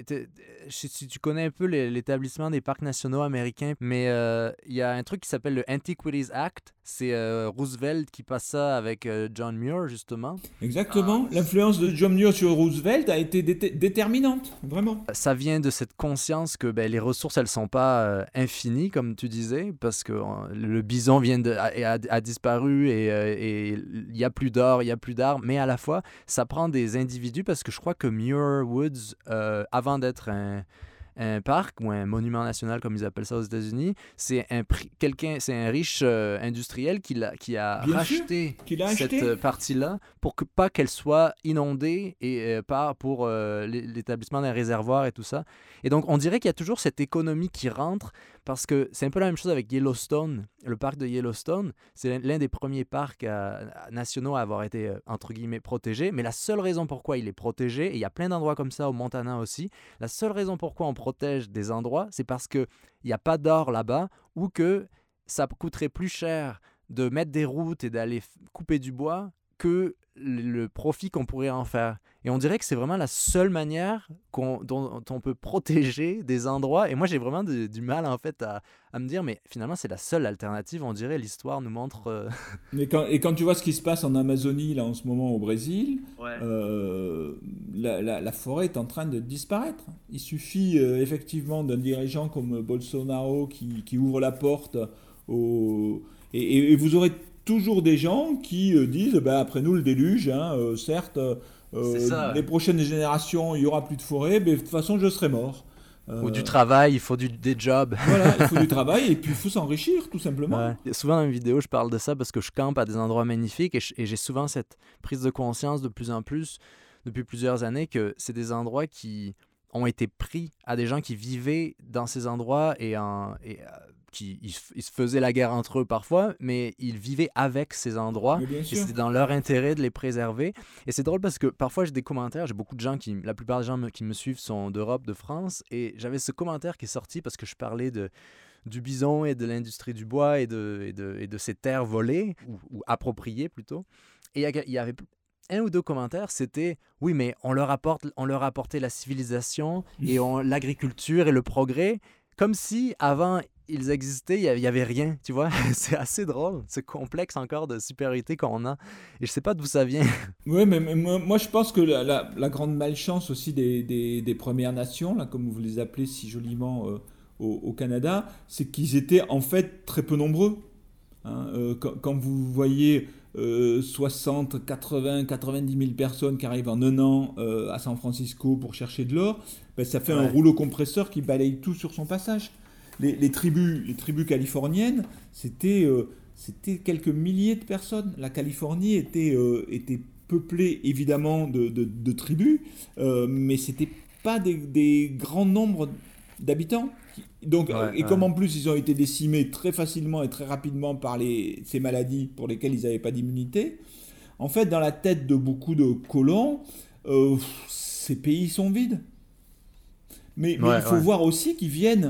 si tu connais un peu l'établissement des parcs nationaux américains, mais il y a un truc qui s'appelle le Antiquities Act. C'est Roosevelt qui passe ça avec John Muir, justement. Exactement. L'influence de John Muir sur Roosevelt a été déterminante, vraiment. Ça vient de cette conscience que ben, les ressources, elles sont pas infinies, comme tu disais, parce que le bison a disparu et il y a plus d'or, il y a plus d'arbres, mais à la fois, ça prend des individus, parce que je crois que Muir Woods, avant d'être un parc ou un monument national, comme ils appellent ça aux États-Unis, c'est un riche industriel qui a Bien sûr, racheté qu'il a cette acheté. partie-là pour que pas qu'elle soit inondée et pour l'établissement d'un réservoir et tout ça. Et donc, on dirait qu'il y a toujours cette économie qui rentre parce que c'est un peu la même chose avec Yellowstone. Le parc de Yellowstone, c'est l'un des premiers parcs nationaux à avoir été, entre guillemets, protégé. Mais la seule raison pourquoi il est protégé, et il y a plein d'endroits comme ça au Montana aussi, la seule raison pourquoi on protège des endroits, c'est parce qu'il n'y a pas d'or là-bas ou que ça coûterait plus cher de mettre des routes et d'aller couper du bois que le profit qu'on pourrait en faire. Et on dirait que c'est vraiment la seule manière dont on peut protéger des endroits. Et moi, j'ai vraiment du mal, en fait, à me dire, mais finalement, c'est la seule alternative. On dirait, l'histoire nous montre... Et quand tu vois ce qui se passe en Amazonie, là, en ce moment, au Brésil, Ouais. la forêt est en train de disparaître. Il suffit effectivement d'un dirigeant comme Bolsonaro qui ouvre la porte au... et vous aurez toujours des gens qui disent, bah, après nous le déluge, hein, certes, C'est ça, les ouais. prochaines générations, il y aura plus de forêt, mais de toute façon, je serai mort. Ou du Euh, travail, il faut des jobs. voilà, il faut du travail et puis il faut s'enrichir, tout simplement. Ouais. Souvent dans mes vidéos, je parle de ça parce que je campe à des endroits magnifiques et j'ai souvent cette prise de conscience de plus en plus, depuis plusieurs années, que c'est des endroits qui ont été pris à des gens qui vivaient dans ces endroits ils se faisaient la guerre entre eux parfois, mais ils vivaient avec ces endroits Mais bien et sûr. c'était dans leur intérêt de les préserver. Et c'est drôle parce que parfois j'ai des commentaires, j'ai beaucoup de gens la plupart des gens qui me suivent sont d'Europe, de France, et j'avais ce commentaire qui est sorti parce que je parlais du bison et de l'industrie du bois et de ces terres volées, ou appropriées plutôt. Et il y avait un ou deux commentaires, c'était oui, mais on leur a apporté la civilisation et l'agriculture et le progrès, comme si avant ils existaient, il y avait rien, tu vois. C'est assez drôle, ce complexe encore de supériorité qu'on a. Et je sais pas d'où ça vient. Oui, mais moi, je pense que la grande malchance aussi des Premières Nations, là, comme vous les appelez si joliment au Canada, c'est qu'ils étaient en fait très peu nombreux, hein. Quand vous voyez 60, 80, 90 000 personnes qui arrivent en un an à San Francisco pour chercher de l'or, ben, ça fait un Ouais. rouleau compresseur qui balaye tout sur son passage. Les tribus californiennes, c'était quelques milliers de personnes. La Californie était peuplée évidemment de tribus, mais c'était pas des grands nombres d'habitants. Donc, Ouais, et comme ouais. en plus ils ont été décimés très facilement et très rapidement par ces maladies pour lesquelles ils n'avaient pas d'immunité, en fait, dans la tête de beaucoup de colons, ces pays sont vides. Mais il Ouais, faut ouais. voir aussi qu'ils viennent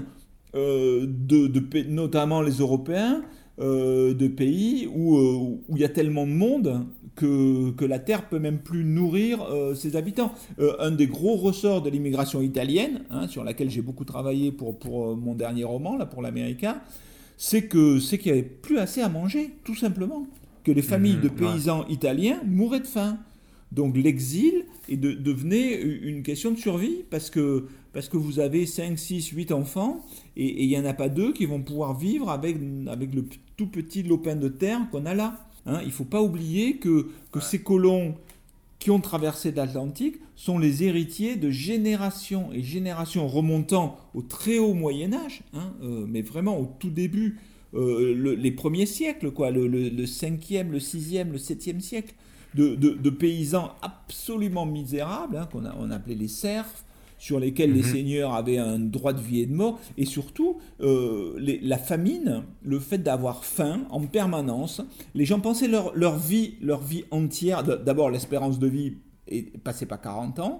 notamment les Européens, de pays où il y a tellement de monde que la Terre peut même plus nourrir ses habitants. Un des gros ressorts de l'immigration italienne, hein, sur laquelle j'ai beaucoup travaillé pour mon dernier roman, là, pour l'Américain, c'est qu'il n'y avait plus assez à manger, tout simplement. Que les familles de Mhm, ouais. paysans italiens mouraient de faim. Donc l'exil devenait une question de survie parce que vous avez 5 6 8 enfants et il n'y en a pas deux qui vont pouvoir vivre avec le tout petit lopin de terre qu'on a là. Hein, il ne faut pas oublier que ces colons qui ont traversé l'Atlantique sont les héritiers de générations et générations remontant au très haut Moyen Âge, hein, mais vraiment au tout début, les premiers siècles, quoi, le 5e, le 6e, le 7e siècle. de paysans absolument misérables, hein, on appelait les serfs, sur lesquels les seigneurs avaient un droit de vie et de mort, et surtout la famine, le fait d'avoir faim en permanence. Les gens pensaient leur vie entière, d'abord l'espérance de vie est passée par 40 ans,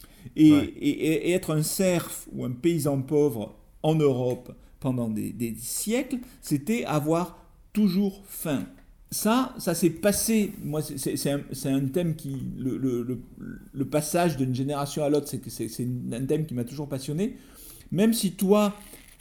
et être un serf ou un paysan pauvre en Europe pendant des siècles, c'était avoir toujours faim. Ça s'est passé. Moi, c'est un thème qui. Le passage d'une génération à l'autre, c'est un thème qui m'a toujours passionné. Même si toi,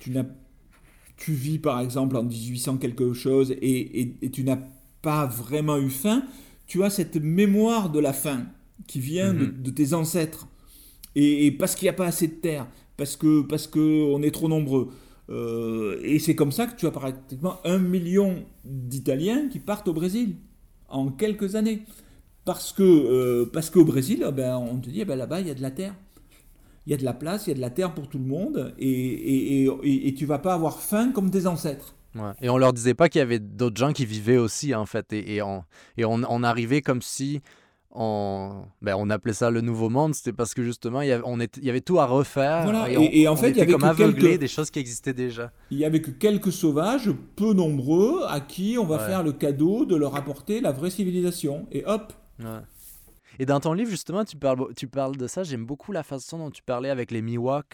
tu vis par exemple en 1800 quelque chose et tu n'as pas vraiment eu faim, tu as cette mémoire de la faim qui vient de tes ancêtres. Et parce qu'il n'y a pas assez de terre, parce qu'on est trop nombreux. Et c'est comme ça que tu as pratiquement 1 million d'Italiens qui partent au Brésil en quelques années. Parce qu'au Brésil, on te dit, là-bas, il y a de la terre. Il y a de la place, il y a de la terre pour tout le monde. Et tu ne vas pas avoir faim comme tes ancêtres. Ouais. Et on leur disait pas qu'il y avait d'autres gens qui vivaient aussi, en fait. Et on arrivait comme si... on appelait ça le nouveau monde, c'était parce que justement il y avait tout à refaire. Voilà. Et en fait, on était comme aveuglés des choses qui existaient déjà. Il y avait que quelques sauvages, peu nombreux, à qui on va faire le cadeau de leur apporter la vraie civilisation. Et hop. Ouais. Et dans ton livre, justement, tu parles de ça. J'aime beaucoup la façon dont tu parlais avec les Miwok,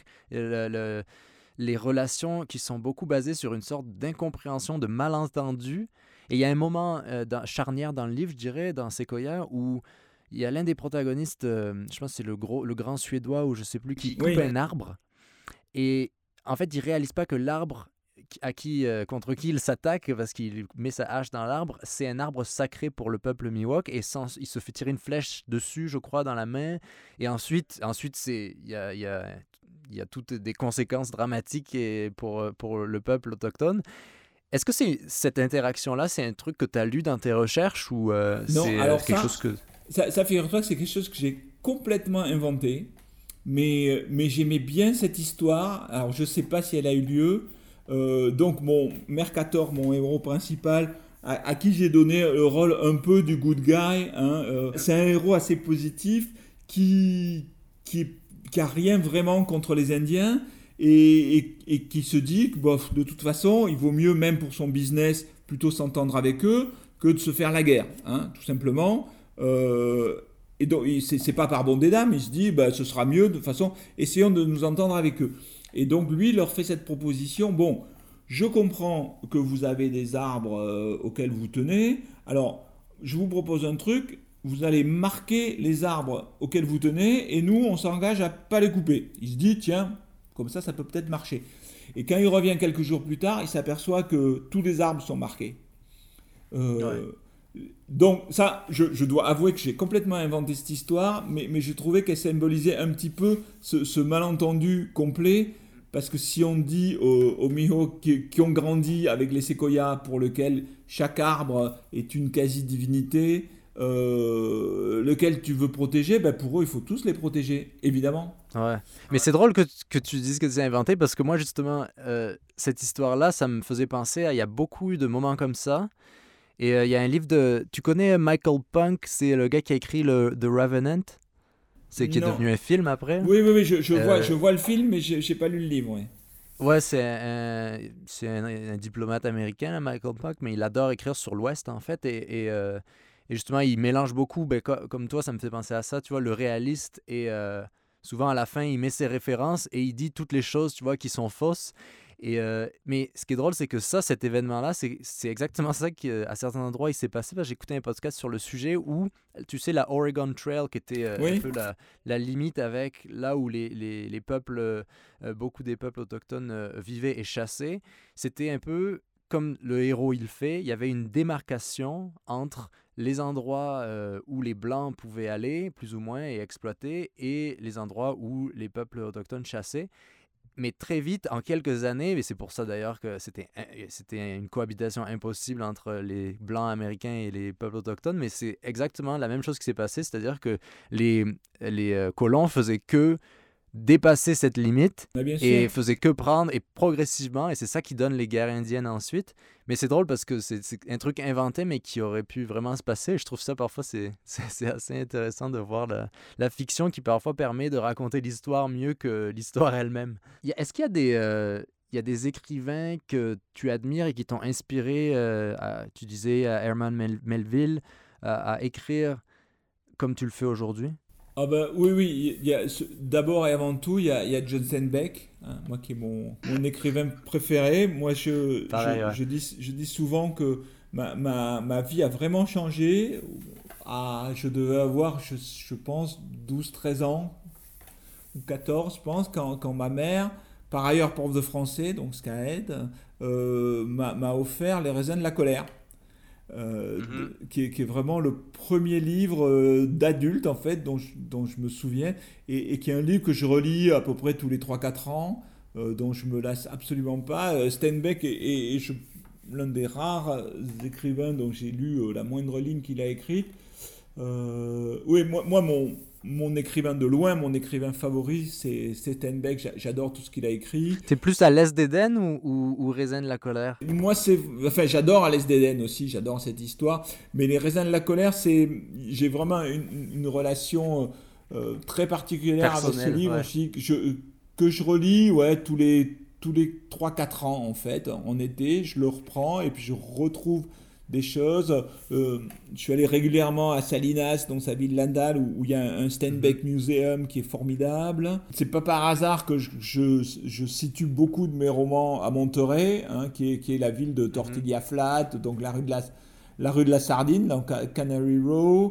les relations qui sont beaucoup basées sur une sorte d'incompréhension, de malentendu. Et il y a un moment charnière dans le livre, je dirais, dans Sequoia, où il y a l'un des protagonistes, je pense que c'est le grand Suédois ou je sais plus, qui coupe un arbre. Et en fait, il réalise pas que l'arbre contre qui il s'attaque, parce qu'il met sa hache dans l'arbre, c'est un arbre sacré pour le peuple Miwok. Et il se fait tirer une flèche dessus, je crois, dans la main. Et ensuite il y a toutes des conséquences dramatiques pour le peuple autochtone. Est-ce que cette interaction-là, c'est un truc que tu as lu dans tes recherches ou c'est quelque chose que... Ça figure-toi que c'est quelque chose que j'ai complètement inventé, mais j'aimais bien cette histoire. Alors, je ne sais pas si elle a eu lieu. Donc, mon Mercator, mon héros principal, à qui j'ai donné le rôle un peu du good guy, hein, c'est un héros assez positif qui a rien vraiment contre les Indiens. Et qui se dit que de toute façon, il vaut mieux, même pour son business, plutôt s'entendre avec eux que de se faire la guerre, hein, tout simplement. Et donc, c'est pas par bonté d'âme, il se dit, ce sera mieux, de toute façon, essayons de nous entendre avec eux. Et donc, lui, il leur fait cette proposition. Bon, je comprends que vous avez des arbres auxquels vous tenez. Alors, je vous propose un truc. Vous allez marquer les arbres auxquels vous tenez et nous, on s'engage à pas les couper. Il se dit, tiens... Comme ça peut peut-être marcher. Et quand il revient quelques jours plus tard, il s'aperçoit que tous les arbres sont marqués. Donc ça, je dois avouer que j'ai complètement inventé cette histoire, mais je trouvais qu'elle symbolisait un petit peu ce malentendu complet, parce que si on dit aux Miho qui ont grandi avec les séquoias, pour lequel chaque arbre est une quasi-divinité, lequel tu veux protéger, pour eux, il faut tous les protéger, évidemment. Ouais. Mais c'est drôle que tu dises que c'est inventé, parce que moi, justement, cette histoire-là, ça me faisait penser il y a beaucoup eu de moments comme ça. Et il y a un livre de... Tu connais Michael Punk, c'est le gars qui a écrit The Revenant, qui est devenu un film après. Oui, je vois le film, mais j'ai pas lu le livre, ouais. Ouais, c'est un diplomate américain, Michael Punk, mais il adore écrire sur l'Ouest, en fait, et justement, il mélange beaucoup, comme toi, ça me fait penser à ça, tu vois, le réaliste, et souvent, à la fin, il met ses références, et il dit toutes les choses, tu vois, qui sont fausses. Mais ce qui est drôle, c'est que cet événement-là, c'est exactement ça qui, à certains endroits, il s'est passé. J'ai écouté un podcast sur le sujet où, tu sais, la Oregon Trail, qui était un peu la limite avec là où les peuples, beaucoup des peuples autochtones vivaient et chassaient, c'était un peu comme le héros il fait. Il y avait une démarcation entre les endroits où les Blancs pouvaient aller, plus ou moins, et exploiter, et les endroits où les peuples autochtones chassaient. Mais très vite, en quelques années, et c'est pour ça d'ailleurs que c'était une cohabitation impossible entre les Blancs américains et les peuples autochtones, mais c'est exactement la même chose qui s'est passée, c'est-à-dire que les colons faisaient que dépasser cette limite Bien et sûr. faisait que prendre et progressivement, et c'est ça qui donne les guerres indiennes ensuite. Mais c'est drôle parce que c'est un truc inventé mais qui aurait pu vraiment se passer. Je trouve ça parfois, c'est assez intéressant de voir la fiction qui parfois permet de raconter l'histoire mieux que l'histoire elle-même. Est-ce qu'il y a il y a des écrivains que tu admires et qui t'ont inspiré, tu disais à Herman Melville, à écrire comme tu le fais aujourd'hui? Ah bah, oui, oui, d'abord et avant tout, il y a John Steinbeck, hein, moi qui est mon écrivain préféré. Moi, Pareil, ouais. je dis souvent que ma vie a vraiment changé. Je devais avoir, je pense, 12 13 ans, ou 14 je pense, quand ma mère, par ailleurs prof de français, donc ce qu'elle aide, m'a offert Les raisins de la colère. Mhm. Qui est vraiment le premier livre d'adulte en fait dont je me souviens et qui est un livre que je relis à peu près tous les 3 4 ans, dont je me lasse absolument pas. Steinbeck est l'un des rares écrivains dont j'ai lu la moindre ligne qu'il a écrite. Oui, moi mon écrivain de loin, mon écrivain favori, c'est Steinbeck. J'adore tout ce qu'il a écrit. T'es plus à l'Est d'Éden ou Raisin de la colère? Moi, enfin, j'adore Alès d'Éden aussi, j'adore cette histoire. Mais Les raisins de la colère, j'ai vraiment une relation très particulière avec ce Personnel, livre ouais. aussi, que je relis, ouais, tous les 3 4 ans, en fait, en été. Je le reprends et puis je retrouve des choses. Je suis allé régulièrement à Salinas, donc sa ville natale, où il y a un Mhm. Steinbeck Museum qui est formidable. C'est pas par hasard que je situe beaucoup de mes romans à Monterrey, hein, qui est la ville de Mhm. Tortilla Flat, donc la rue de la Sardine, donc Canary Row.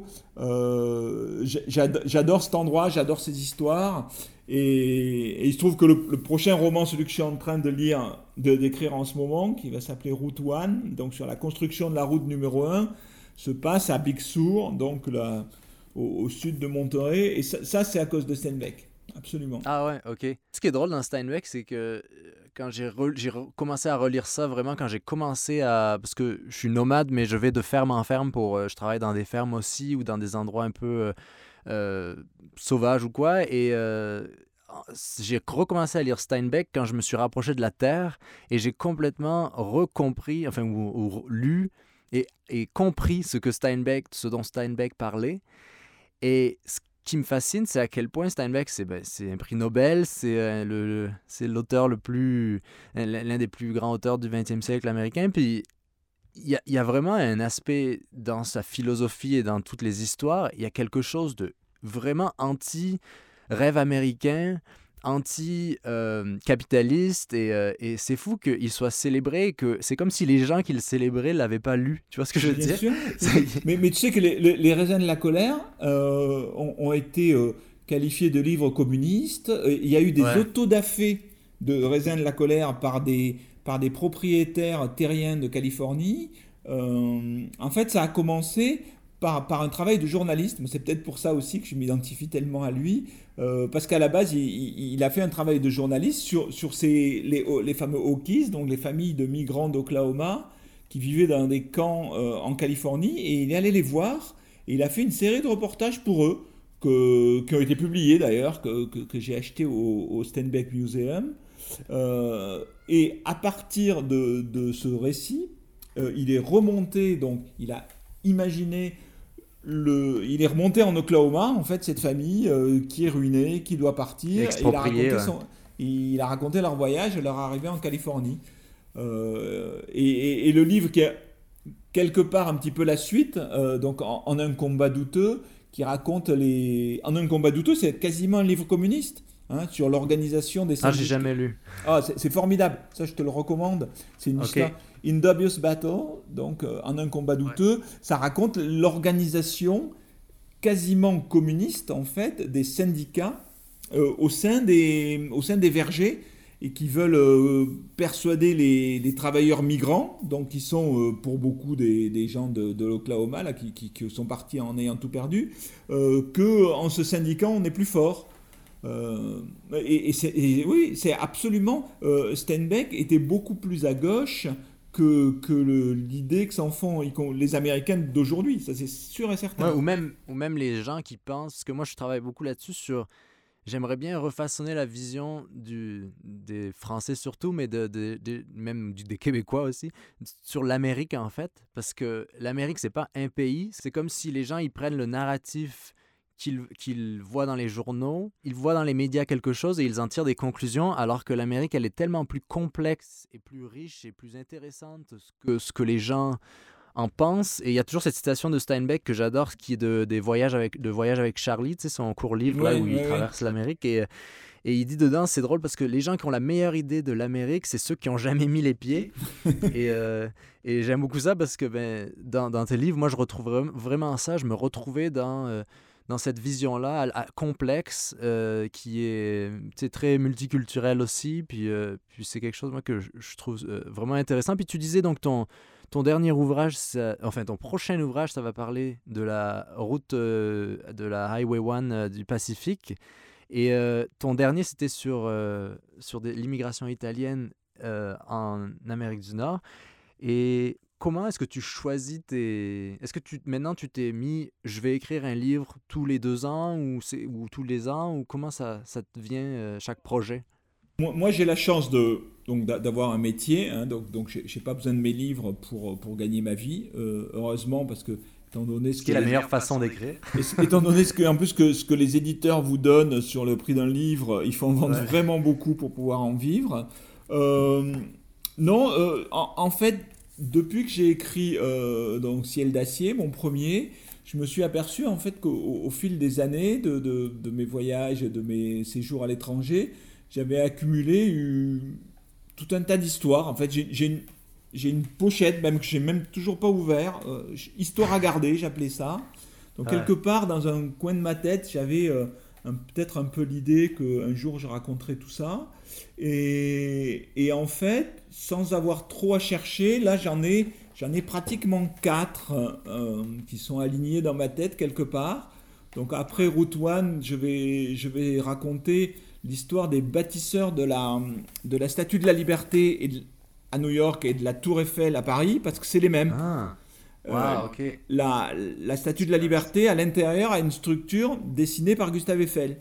J'adore cet endroit, j'adore ces histoires. Et il se trouve que le prochain roman, celui que je suis en train de lire, d'écrire en ce moment, qui va s'appeler Route One, donc sur la construction de la route numéro un, se passe à Big Sur, donc là, au sud de Monterey. Et ça c'est à cause de Steinbeck, absolument. Ah ouais, ok. Ce qui est drôle dans Steinbeck, c'est que quand commencé à relire ça, vraiment, quand j'ai commencé à... Parce que je suis nomade, mais je vais de ferme en ferme pour... je travaille dans des fermes aussi ou dans des endroits un peu euh, sauvages ou quoi. Et j'ai recommencé à lire Steinbeck quand je me suis rapproché de la Terre et j'ai complètement recompris, enfin, ou lu et compris ce dont Steinbeck parlait. Et ce qui me fascine, c'est à quel point Steinbeck, c'est un prix Nobel, c'est l'auteur l'un des plus grands auteurs du 20e siècle américain. Puis il y a vraiment un aspect dans sa philosophie et dans toutes les histoires, il y a quelque chose de vraiment anti-rêve américain, anti-capitaliste, et c'est fou qu'il soit célébré, que c'est comme si les gens qui le célébraient ne l'avaient pas lu. Tu vois ce que je veux Bien dire? sûr. C'est- Mais tu sais que les raisins de la colère ont été qualifiés de livres communistes. Il y a eu des Ouais. autodafés de raisins de la colère par des propriétaires terriens de Californie. En fait, ça a commencé par un travail de journalisme. C'est peut-être pour ça aussi que je m'identifie tellement à lui. Parce qu'à la base, il a fait un travail de journaliste sur les fameux Hokies, donc les familles de migrants d'Oklahoma qui vivaient dans des camps en Californie, et il est allé les voir et il a fait une série de reportages pour eux qui ont été publiés d'ailleurs, que j'ai acheté au Steinbeck Museum. Et à partir de ce récit, il est remonté, donc il a imaginé il est remonté en Oklahoma, en fait, cette famille qui est ruinée, qui doit partir, et Exproprié, ouais. il a raconté leur voyage et leur arrivée en Californie. Et le livre qui est quelque part un petit peu la suite, donc en un combat douteux, qui raconte les... En un combat douteux, c'est quasiment un livre communiste, hein, sur l'organisation des Ah, j'ai syndicats. jamais lu. Ah, c'est formidable, ça je te le recommande. C'est une Ok. histoire In Dubious Battle, donc en un combat Ouais. douteux. Ça raconte l'organisation quasiment communiste, en fait, des syndicats au sein des vergers et qui veulent persuader les travailleurs migrants, donc qui sont pour beaucoup des gens de l'Oklahoma, là, qui sont partis en ayant tout perdu, que en se syndiquant, on est plus fort. Oui, c'est absolument. Steinbeck était beaucoup plus à gauche que l'idée que s'en font les Américains d'aujourd'hui. Ça, c'est sûr et Ouais, certain. ou même les gens qui pensent, parce que moi je travaille beaucoup là-dessus sur j'aimerais bien refaçonner la vision des Français surtout, mais même des Québécois aussi, sur l'Amérique en fait. Parce que l'Amérique, c'est pas un pays. C'est comme si les gens, ils prennent le narratif qu'ils voient dans les journaux, ils voient dans les médias quelque chose et ils en tirent des conclusions, alors que l'Amérique, elle est tellement plus complexe et plus riche et plus intéressante que ce que les gens en pensent. Et il y a toujours cette citation de Steinbeck que j'adore, qui est de Voyage avec Charlie, tu sais, son court livre là où il traverse l'Amérique. Et il dit dedans, c'est drôle parce que les gens qui ont la meilleure idée de l'Amérique, c'est ceux qui n'ont jamais mis les pieds. et j'aime beaucoup ça parce que dans tes livres, moi, je retrouve vraiment ça. Je me retrouvais dans cette vision-là complexe, qui est très multiculturelle aussi. Puis c'est quelque chose moi, que je trouve vraiment intéressant. Puis tu disais donc ton dernier ouvrage, ton prochain ouvrage, ça va parler de la route de la Highway 1 du Pacifique. Et ton dernier, c'était sur l'immigration italienne en Amérique du Nord. Et comment est-ce que tu choisis Est-ce que maintenant tu t'es mis, je vais écrire un livre tous les 2 ans ou tous les ans, ou comment ça te vient chaque projet? Moi, j'ai la chance d'avoir un métier, hein, donc j'ai pas besoin de mes livres pour gagner ma vie, heureusement, parce que étant donné ce qui est la meilleure façon d'écrire. Étant donné ce que les éditeurs vous donnent sur le prix d'un livre, il faut en vendre vraiment beaucoup pour pouvoir en vivre. En fait, depuis que j'ai écrit donc Ciel d'acier, mon premier, je me suis aperçu en fait qu'au fil des années de mes voyages, de mes séjours à l'étranger, j'avais accumulé tout un tas d'histoires. En fait, j'ai une pochette même que j'ai même toujours pas ouvert, histoire à garder, j'appelais ça. Donc quelque part dans un coin de ma tête, j'avais peut-être un peu l'idée qu'un jour je raconterai tout ça. Et en fait, sans avoir trop à chercher, là j'en ai pratiquement 4 qui sont alignés dans ma tête quelque part. Donc après Route One, je vais raconter l'histoire des bâtisseurs de la Statue de la Liberté à New York et de la Tour Eiffel à Paris, parce que c'est les mêmes. Ok. La Statue de la Liberté, à l'intérieur, a une structure dessinée par Gustave Eiffel.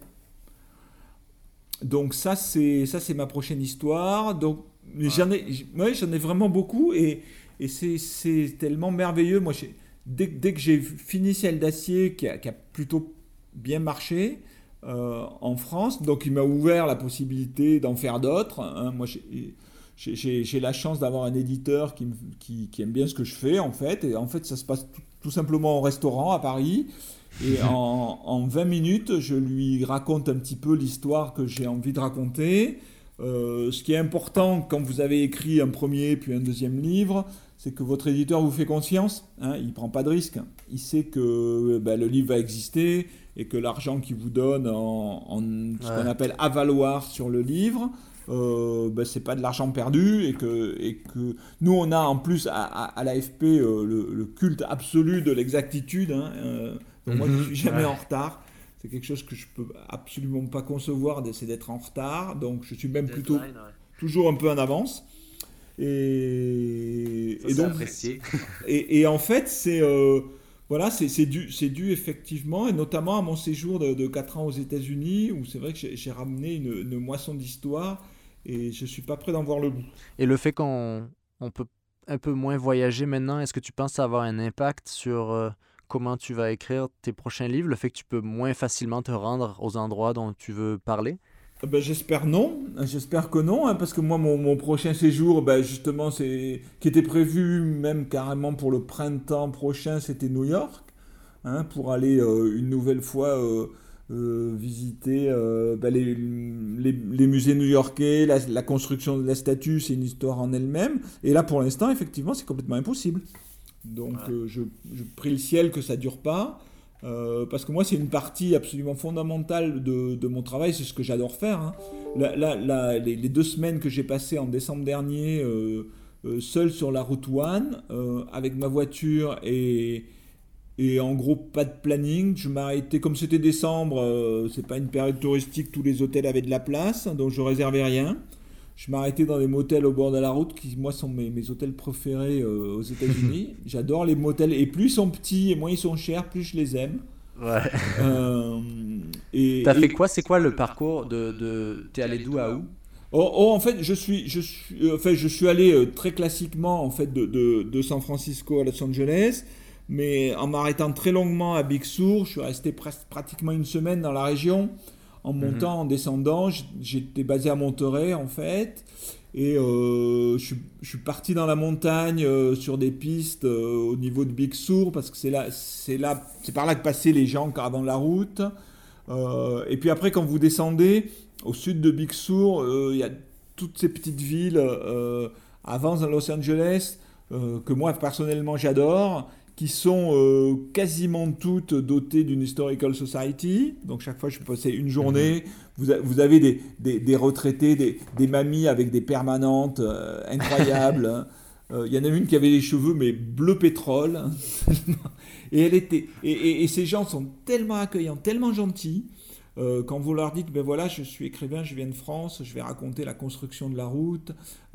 Donc ça c'est ma prochaine histoire. Donc j'en ai vraiment beaucoup et c'est tellement merveilleux. Moi, dès que j'ai fini Ciel d'acier, qui a plutôt bien marché en France, donc il m'a ouvert la possibilité d'en faire d'autres. Hein. Moi, j'ai la chance d'avoir un éditeur qui aime bien ce que je fais en fait. Et en fait, ça se passe tout simplement au restaurant à Paris. Et en 20 minutes, je lui raconte un petit peu l'histoire que j'ai envie de raconter. Ce qui est important quand vous avez écrit un premier puis un deuxième livre, c'est que votre éditeur vous fait confiance. Hein, il ne prend pas de risque. Il sait que le livre va exister et que l'argent qu'il vous donne en ce qu'on appelle avaloir sur le livre, c'est pas de l'argent perdu, et que nous on a en plus à l'AFP le culte absolu de l'exactitude. Hein, donc moi je suis jamais en retard. C'est quelque chose que je peux absolument pas concevoir, c'est d'être en retard. Donc je suis même plutôt toujours un peu en avance. Et donc apprécié. et en fait c'est dû effectivement, et notamment à mon séjour de 4 ans aux États-Unis, où c'est vrai que j'ai ramené une moisson d'histoire et je suis pas prêt d'en voir le bout. Et le fait qu'on peut un peu moins voyager maintenant, est-ce que tu penses avoir un impact sur comment tu vas écrire tes prochains livres, le fait que tu peux moins facilement te rendre aux endroits dont tu veux parler? J'espère que non, hein, parce que moi mon prochain séjour, justement, qui était prévu même carrément pour le printemps prochain, c'était New York, hein, pour aller une nouvelle fois visiter les musées new-yorkais, la construction de la statue, c'est une histoire en elle-même, et là pour l'instant effectivement c'est complètement impossible. Donc je prie le ciel que ça dure pas. Parce que moi c'est une partie absolument fondamentale de mon travail, c'est ce que j'adore faire. Hein. Les 2 semaines que j'ai passées en décembre dernier seul sur la route One, avec ma voiture et en gros pas de planning, je m'arrêtais, comme c'était décembre, c'est pas une période touristique, tous les hôtels avaient de la place, donc je réservais rien. Je m'arrêtais dans des motels au bord de la route qui, moi, sont mes hôtels préférés aux États-Unis. J'adore les motels. Et plus ils sont petits et moins ils sont chers, plus je les aime. Ouais. T'as fait quoi? C'est quoi le parcours T'es allé d'où à où? En fait, je suis allé très classiquement en fait de San Francisco à Los Angeles, mais en m'arrêtant très longuement à Big Sur, je suis resté pratiquement une semaine dans la région, en Mhm. montant, en descendant. J'étais basé à Monterey en fait, et je suis parti dans la montagne sur des pistes au niveau de Big Sur parce que c'est par là que passaient les gens avant la route. Et puis après, quand vous descendez au sud de Big Sur, il y a toutes ces petites villes avant Los Angeles que moi personnellement j'adore, qui sont quasiment toutes dotées d'une historical society. Donc chaque fois je peux passer une Mhm. journée. Vous avez des retraités, des mamies avec des permanentes incroyables, hein. Il y en a une qui avait les cheveux mais bleu pétrole. Et et ces gens sont tellement accueillants, tellement gentils. Quand vous leur dites, ben voilà, je suis écrivain, je viens de France, je vais raconter la construction de la route,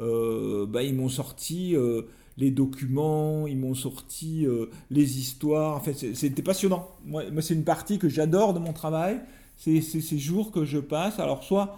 ben ils m'ont sorti les documents, ils m'ont sorti les histoires. En fait, c'était passionnant. Moi c'est une partie que j'adore de mon travail. C'est ces jours que je passe. Alors, soit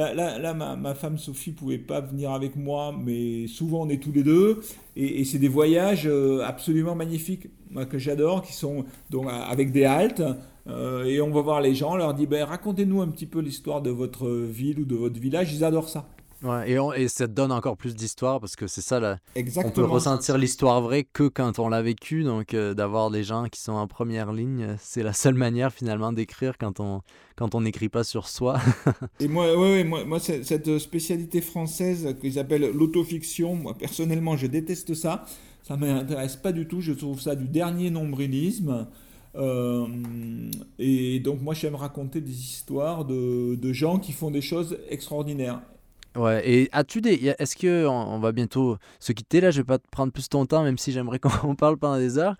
ma femme Sophie pouvait pas venir avec moi, mais souvent on est tous les deux. Et c'est des voyages absolument magnifiques, moi, que j'adore, qui sont donc avec des haltes. Et on va voir les gens, on leur dit ben, racontez-nous un petit peu l'histoire de votre ville ou de votre village. Ils adorent ça. Ouais, et ça te donne encore plus d'histoire parce que c'est ça, là. On peut Exactement. ressentir l'histoire vraie que quand on l'a vécu, donc d'avoir des gens qui sont en première ligne, c'est la seule manière finalement d'écrire quand on n'écrit pas sur soi. Et moi, moi cette spécialité française qu'ils appellent l'autofiction, moi personnellement, je déteste ça. Ça m'intéresse pas du tout. Je trouve ça du dernier nombrilisme. Euh, et donc, moi, j'aime raconter des histoires de gens qui font des choses extraordinaires. Ouais, et est-ce que on va bientôt se quitter là, je vais pas te prendre plus ton temps, même si j'aimerais qu'on parle pendant des heures.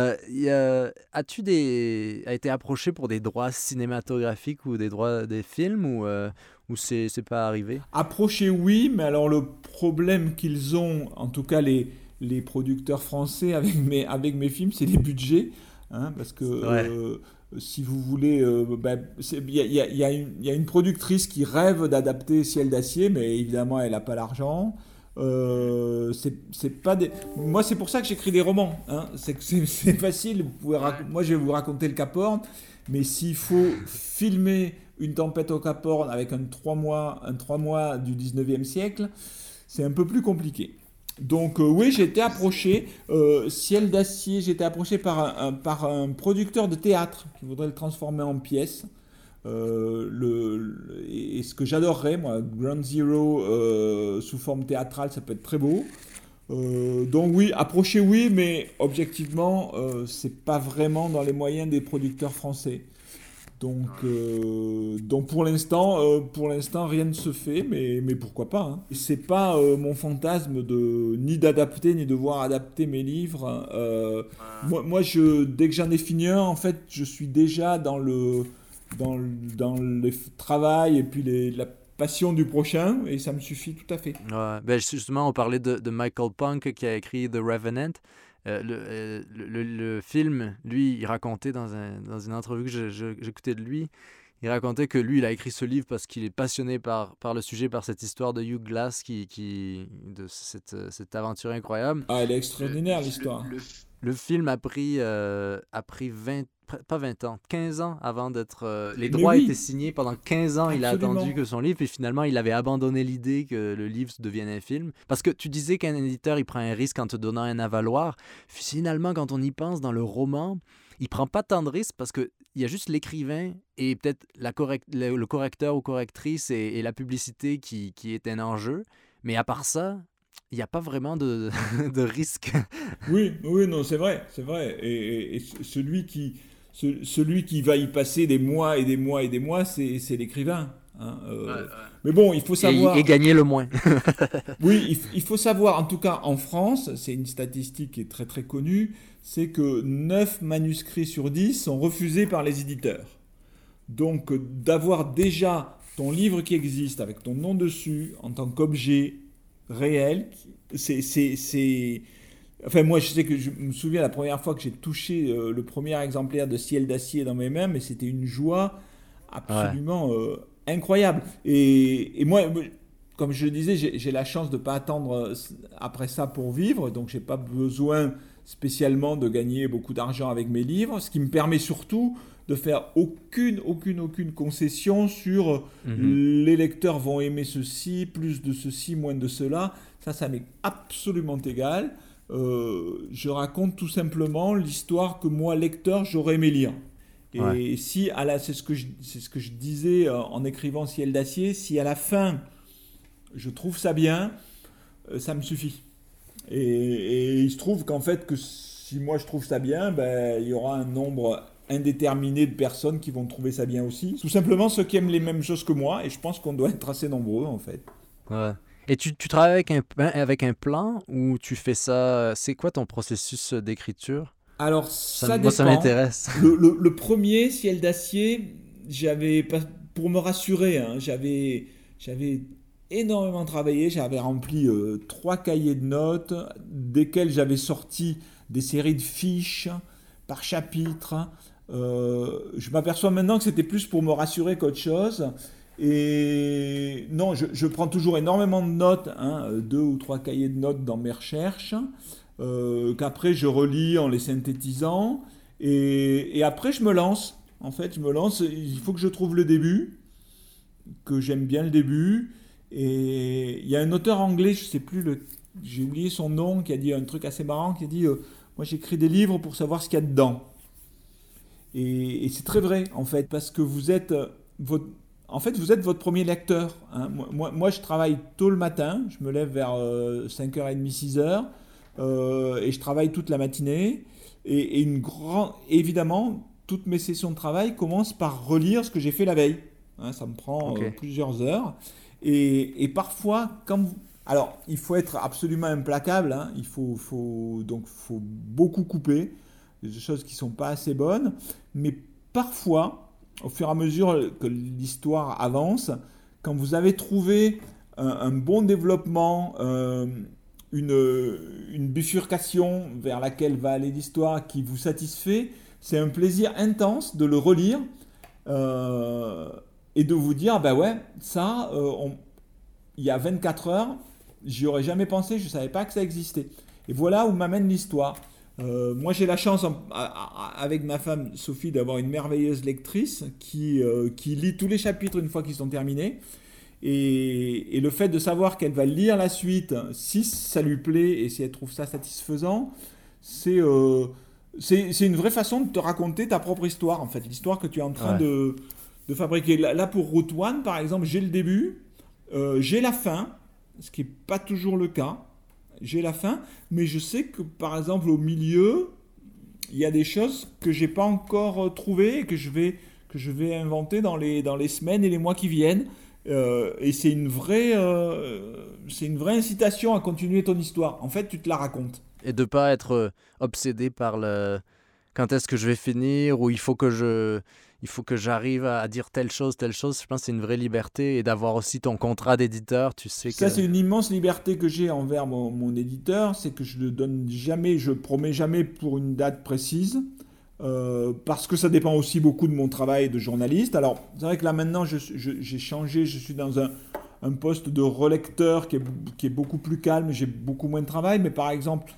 As-tu été approché pour des droits cinématographiques ou des droits des films ou c'est pas arrivé? Approcher, oui, mais alors le problème qu'ils ont, en tout cas les producteurs français avec mes films, c'est les budgets, hein, parce que Ouais. si vous voulez, ben, il y a une productrice qui rêve d'adapter Ciel d'acier, mais évidemment elle n'a pas l'argent. C'est pas des... Moi, c'est pour ça que j'écris des romans, hein. C'est que c'est facile. Moi, je vais vous raconter le Cap Horn, mais s'il faut filmer une tempête au Cap Horn avec un 3 mois du 19e siècle, c'est un peu plus compliqué. Donc oui, j'ai été approché, Ciel d'acier, j'ai été approché par un producteur de théâtre qui voudrait le transformer en pièce. Et ce que j'adorerais, moi, Ground Zero sous forme théâtrale, ça peut être très beau. Donc oui, approcher oui, mais objectivement, c'est pas vraiment dans les moyens des producteurs français. Donc pour l'instant, rien ne se fait, mais pourquoi pas, hein. C'est pas mon fantasme de ni d'adapter ni de voir adapter mes livres. Dès que j'en ai fini un, en fait, je suis déjà dans le travail et puis la passion du prochain, et ça me suffit tout à fait. Ouais, ben justement, on parlait de Michael Punk qui a écrit The Revenant. Le film, lui, il racontait dans une entrevue que j'écoutais de lui, il racontait que lui, il a écrit ce livre parce qu'il est passionné par le sujet, par cette histoire de Hugh Glass, de cette aventure incroyable. Ah, elle est extraordinaire l'histoire. Le film a pris 20, pas 20 ans, 15 ans avant d'être... les Mais droits étaient oui, signés pendant 15 ans, il a attendu absolument. que son livre, et finalement, il avait abandonné l'idée que le livre devienne un film. Parce que tu disais qu'un éditeur, il prend un risque en te donnant un avaloir. Finalement, quand on y pense, dans le roman, il prend pas tant de risques parce que il y a juste l'écrivain et peut-être le correcteur ou correctrice et la publicité qui est un enjeu. Mais à part ça, il n'y a pas vraiment de risque. Oui, oui, non, c'est vrai, c'est vrai. Et celui qui va y passer des mois et des mois et des mois, c'est l'écrivain, hein. Mais bon, il faut Et savoir, gagner le moins. oui, il faut savoir, en tout cas en France, c'est une statistique qui est très très connue, c'est que 9 manuscrits sur 10 sont refusés par les éditeurs. Donc d'avoir déjà ton livre qui existe avec ton nom dessus en tant qu'objet réel, c'est... Enfin, moi, je sais que je me souviens la première fois que j'ai touché le premier exemplaire de Ciel d'acier dans mes mains, mais c'était une joie Ouais. absolument incroyable. Et moi, comme je le disais, j'ai la chance de ne pas attendre après ça pour vivre, donc j'ai pas besoin spécialement de gagner beaucoup d'argent avec mes livres, ce qui me permet surtout de faire aucune concession sur Mhm. les lecteurs vont aimer ceci, plus de ceci, moins de cela. Ça m'est absolument égal. Je raconte tout simplement l'histoire que moi, lecteur, j'aurais aimé lire. Ouais. Et si, c'est ce que je disais en écrivant Ciel d'acier, si à la fin je trouve ça bien, ça me suffit. Et il se trouve qu'en fait, que si moi je trouve ça bien, ben, il y aura un nombre indéterminé de personnes qui vont trouver ça bien aussi. Tout simplement ceux qui aiment les mêmes choses que moi, et je pense qu'on doit être assez nombreux en fait. Ouais. Et tu travailles avec un plan ou tu fais ça? C'est quoi ton processus d'écriture? Alors ça Moi, ça dépend. m'intéresse. Le premier, Ciel d'acier, pour me rassurer, hein, j'avais énormément travaillé. J'avais rempli 3 cahiers de notes, desquels j'avais sorti des séries de fiches par chapitre. Je m'aperçois maintenant que c'était plus pour me rassurer qu'autre chose. Et non, je prends toujours énormément de notes, hein, 2 ou 3 cahiers de notes dans mes recherches, qu'après je relis en les synthétisant. Et après, je me lance. En fait, je me lance. Il faut que je trouve le début, que j'aime bien le début. Et il y a un auteur anglais, je sais plus j'ai oublié son nom, qui a dit un truc assez marrant, qui a dit moi j'écris des livres pour savoir ce qu'il y a dedans. Et c'est très vrai en fait, parce que votre, en fait, vous êtes votre premier lecteur, hein. Moi, je travaille tôt le matin, je me lève vers 5h30, 6h, et je travaille toute la matinée. Évidemment, toutes mes sessions de travail commencent par relire ce que j'ai fait la veille, hein. Ça me prend Ok. plusieurs heures. Et parfois, alors, il faut être absolument implacable, hein. Donc, faut beaucoup couper des choses qui sont pas assez bonnes. Mais parfois, au fur et à mesure que l'histoire avance, quand vous avez trouvé un bon développement, une bifurcation vers laquelle va aller l'histoire qui vous satisfait, c'est un plaisir intense de le relire euh, et de vous dire, bah ouais, ça, il y a 24 heures, j'y aurais jamais pensé, je ne savais pas que ça existait. Et voilà où m'amène l'histoire. Moi, j'ai la chance, avec ma femme Sophie, d'avoir une merveilleuse lectrice qui lit tous les chapitres une fois qu'ils sont terminés. Et le fait de savoir qu'elle va lire la suite, si ça lui plaît et si elle trouve ça satisfaisant, c'est euh, c'est une vraie façon de te raconter ta propre histoire, en fait, l'histoire que tu es en train Ouais. de fabriquer. Là, pour Route One, par exemple, j'ai le début, j'ai la fin, ce qui n'est pas toujours le cas. J'ai la fin, mais je sais que, par exemple, au milieu, il y a des choses que j'ai pas encore trouvées et que je vais inventer dans les semaines et les mois qui viennent. Et c'est une vraie incitation à continuer ton histoire. En fait, tu te la racontes. Et de pas être obsédé par le quand est-ce que je vais finir ou il faut que j'arrive à dire telle chose, telle chose. Je pense que c'est une vraie liberté et d'avoir aussi ton contrat d'éditeur, tu sais Ça, que c'est une immense liberté que j'ai envers mon éditeur, c'est que je ne donne jamais, je promets jamais pour une date précise, parce que ça dépend aussi beaucoup de mon travail de journaliste. Alors, c'est vrai que là maintenant, j'ai changé, je suis dans un poste de relecteur qui est beaucoup plus calme, j'ai beaucoup moins de travail, mais par exemple,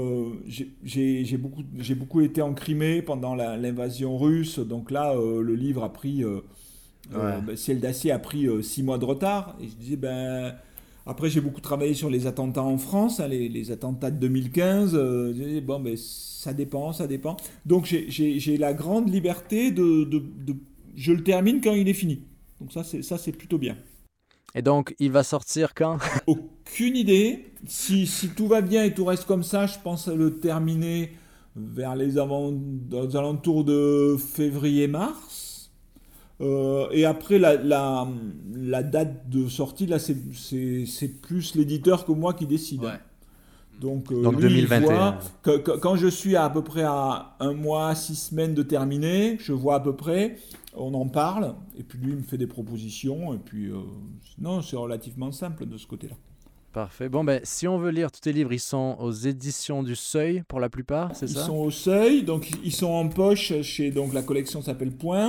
j'ai beaucoup été en Crimée pendant l'invasion russe, donc là, le livre a pris, ouais. Ciel d'acier a pris 6 mois de retard, et je disais, ben, après, j'ai beaucoup travaillé sur les attentats en France, hein, les attentats de 2015. Je disais, bon, ben, ça dépend, ça dépend. Donc, j'ai la grande liberté je le termine quand il est fini. Donc, ça, c'est plutôt bien. Et donc il va sortir quand? Aucune idée. Si tout va bien et tout reste comme ça, je pense le terminer vers aux alentours de février-mars. Et après, la date de sortie, là, c'est plus l'éditeur que moi qui décide, hein. Ouais. Donc, Donc lui, il voit 2021. quand je suis à peu près à 1 mois, 6 semaines de terminer, je vois à peu près, on en parle, et puis lui, il me fait des propositions, et puis non, c'est relativement simple de ce côté-là. Parfait. Bon, ben, si on veut lire tous tes livres, ils sont aux éditions du Seuil pour la plupart, c'est Ils ça? sont au seuil, donc ils sont en poche chez, donc la collection s'appelle Point.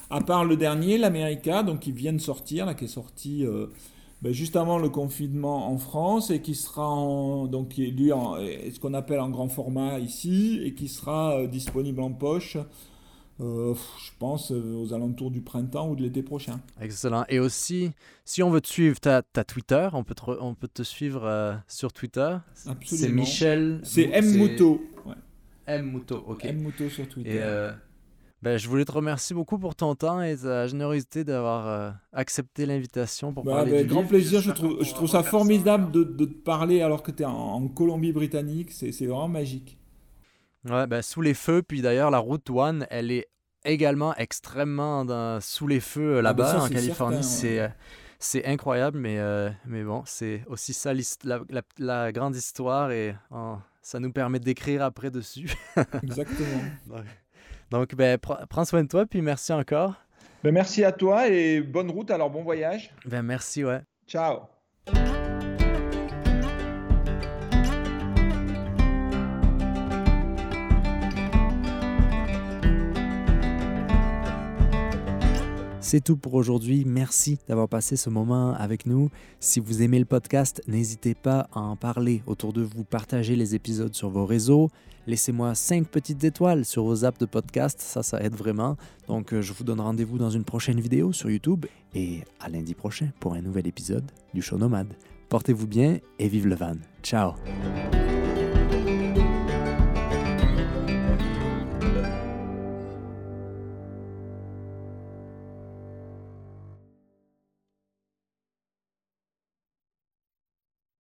À part le dernier, l'America, donc qui vient de sortir, là, qui est sorti juste avant le confinement en France et qui sera donc qui est lui ce qu'on appelle en grand format ici et qui sera disponible en poche, je pense, aux alentours du printemps ou de l'été prochain. Excellent. Et aussi, si on veut te suivre, t'as Twitter, on peut te suivre sur Twitter. Absolument. C'est Michel. C'est M-Mouto. Ouais. M-Mouto, ok. M-Mouto sur Twitter. Et je voulais te remercier beaucoup pour ton temps et ta générosité d'avoir accepté l'invitation pour parler avec du grand livre. plaisir. Je trouve ça formidable de te parler alors que tu es en Colombie-Britannique. C'est vraiment magique. Ouais, sous les feux. Puis d'ailleurs, la route 1, elle est également extrêmement sous les feux là-bas, en Californie. Certain, ouais. C'est incroyable, mais bon, c'est aussi ça la grande histoire et ça nous permet d'écrire après dessus. Exactement. Donc, prends soin de toi, puis merci encore. Merci à toi et bonne route, alors bon voyage. Merci, ouais. Ciao. C'est tout pour aujourd'hui. Merci d'avoir passé ce moment avec nous. Si vous aimez le podcast, n'hésitez pas à en parler autour de vous, partagez les épisodes sur vos réseaux. Laissez-moi 5 petites étoiles sur vos apps de podcast, ça aide vraiment. Donc je vous donne rendez-vous dans une prochaine vidéo sur YouTube et à lundi prochain pour un nouvel épisode du Show Nomade. Portez-vous bien et vive le van. Ciao!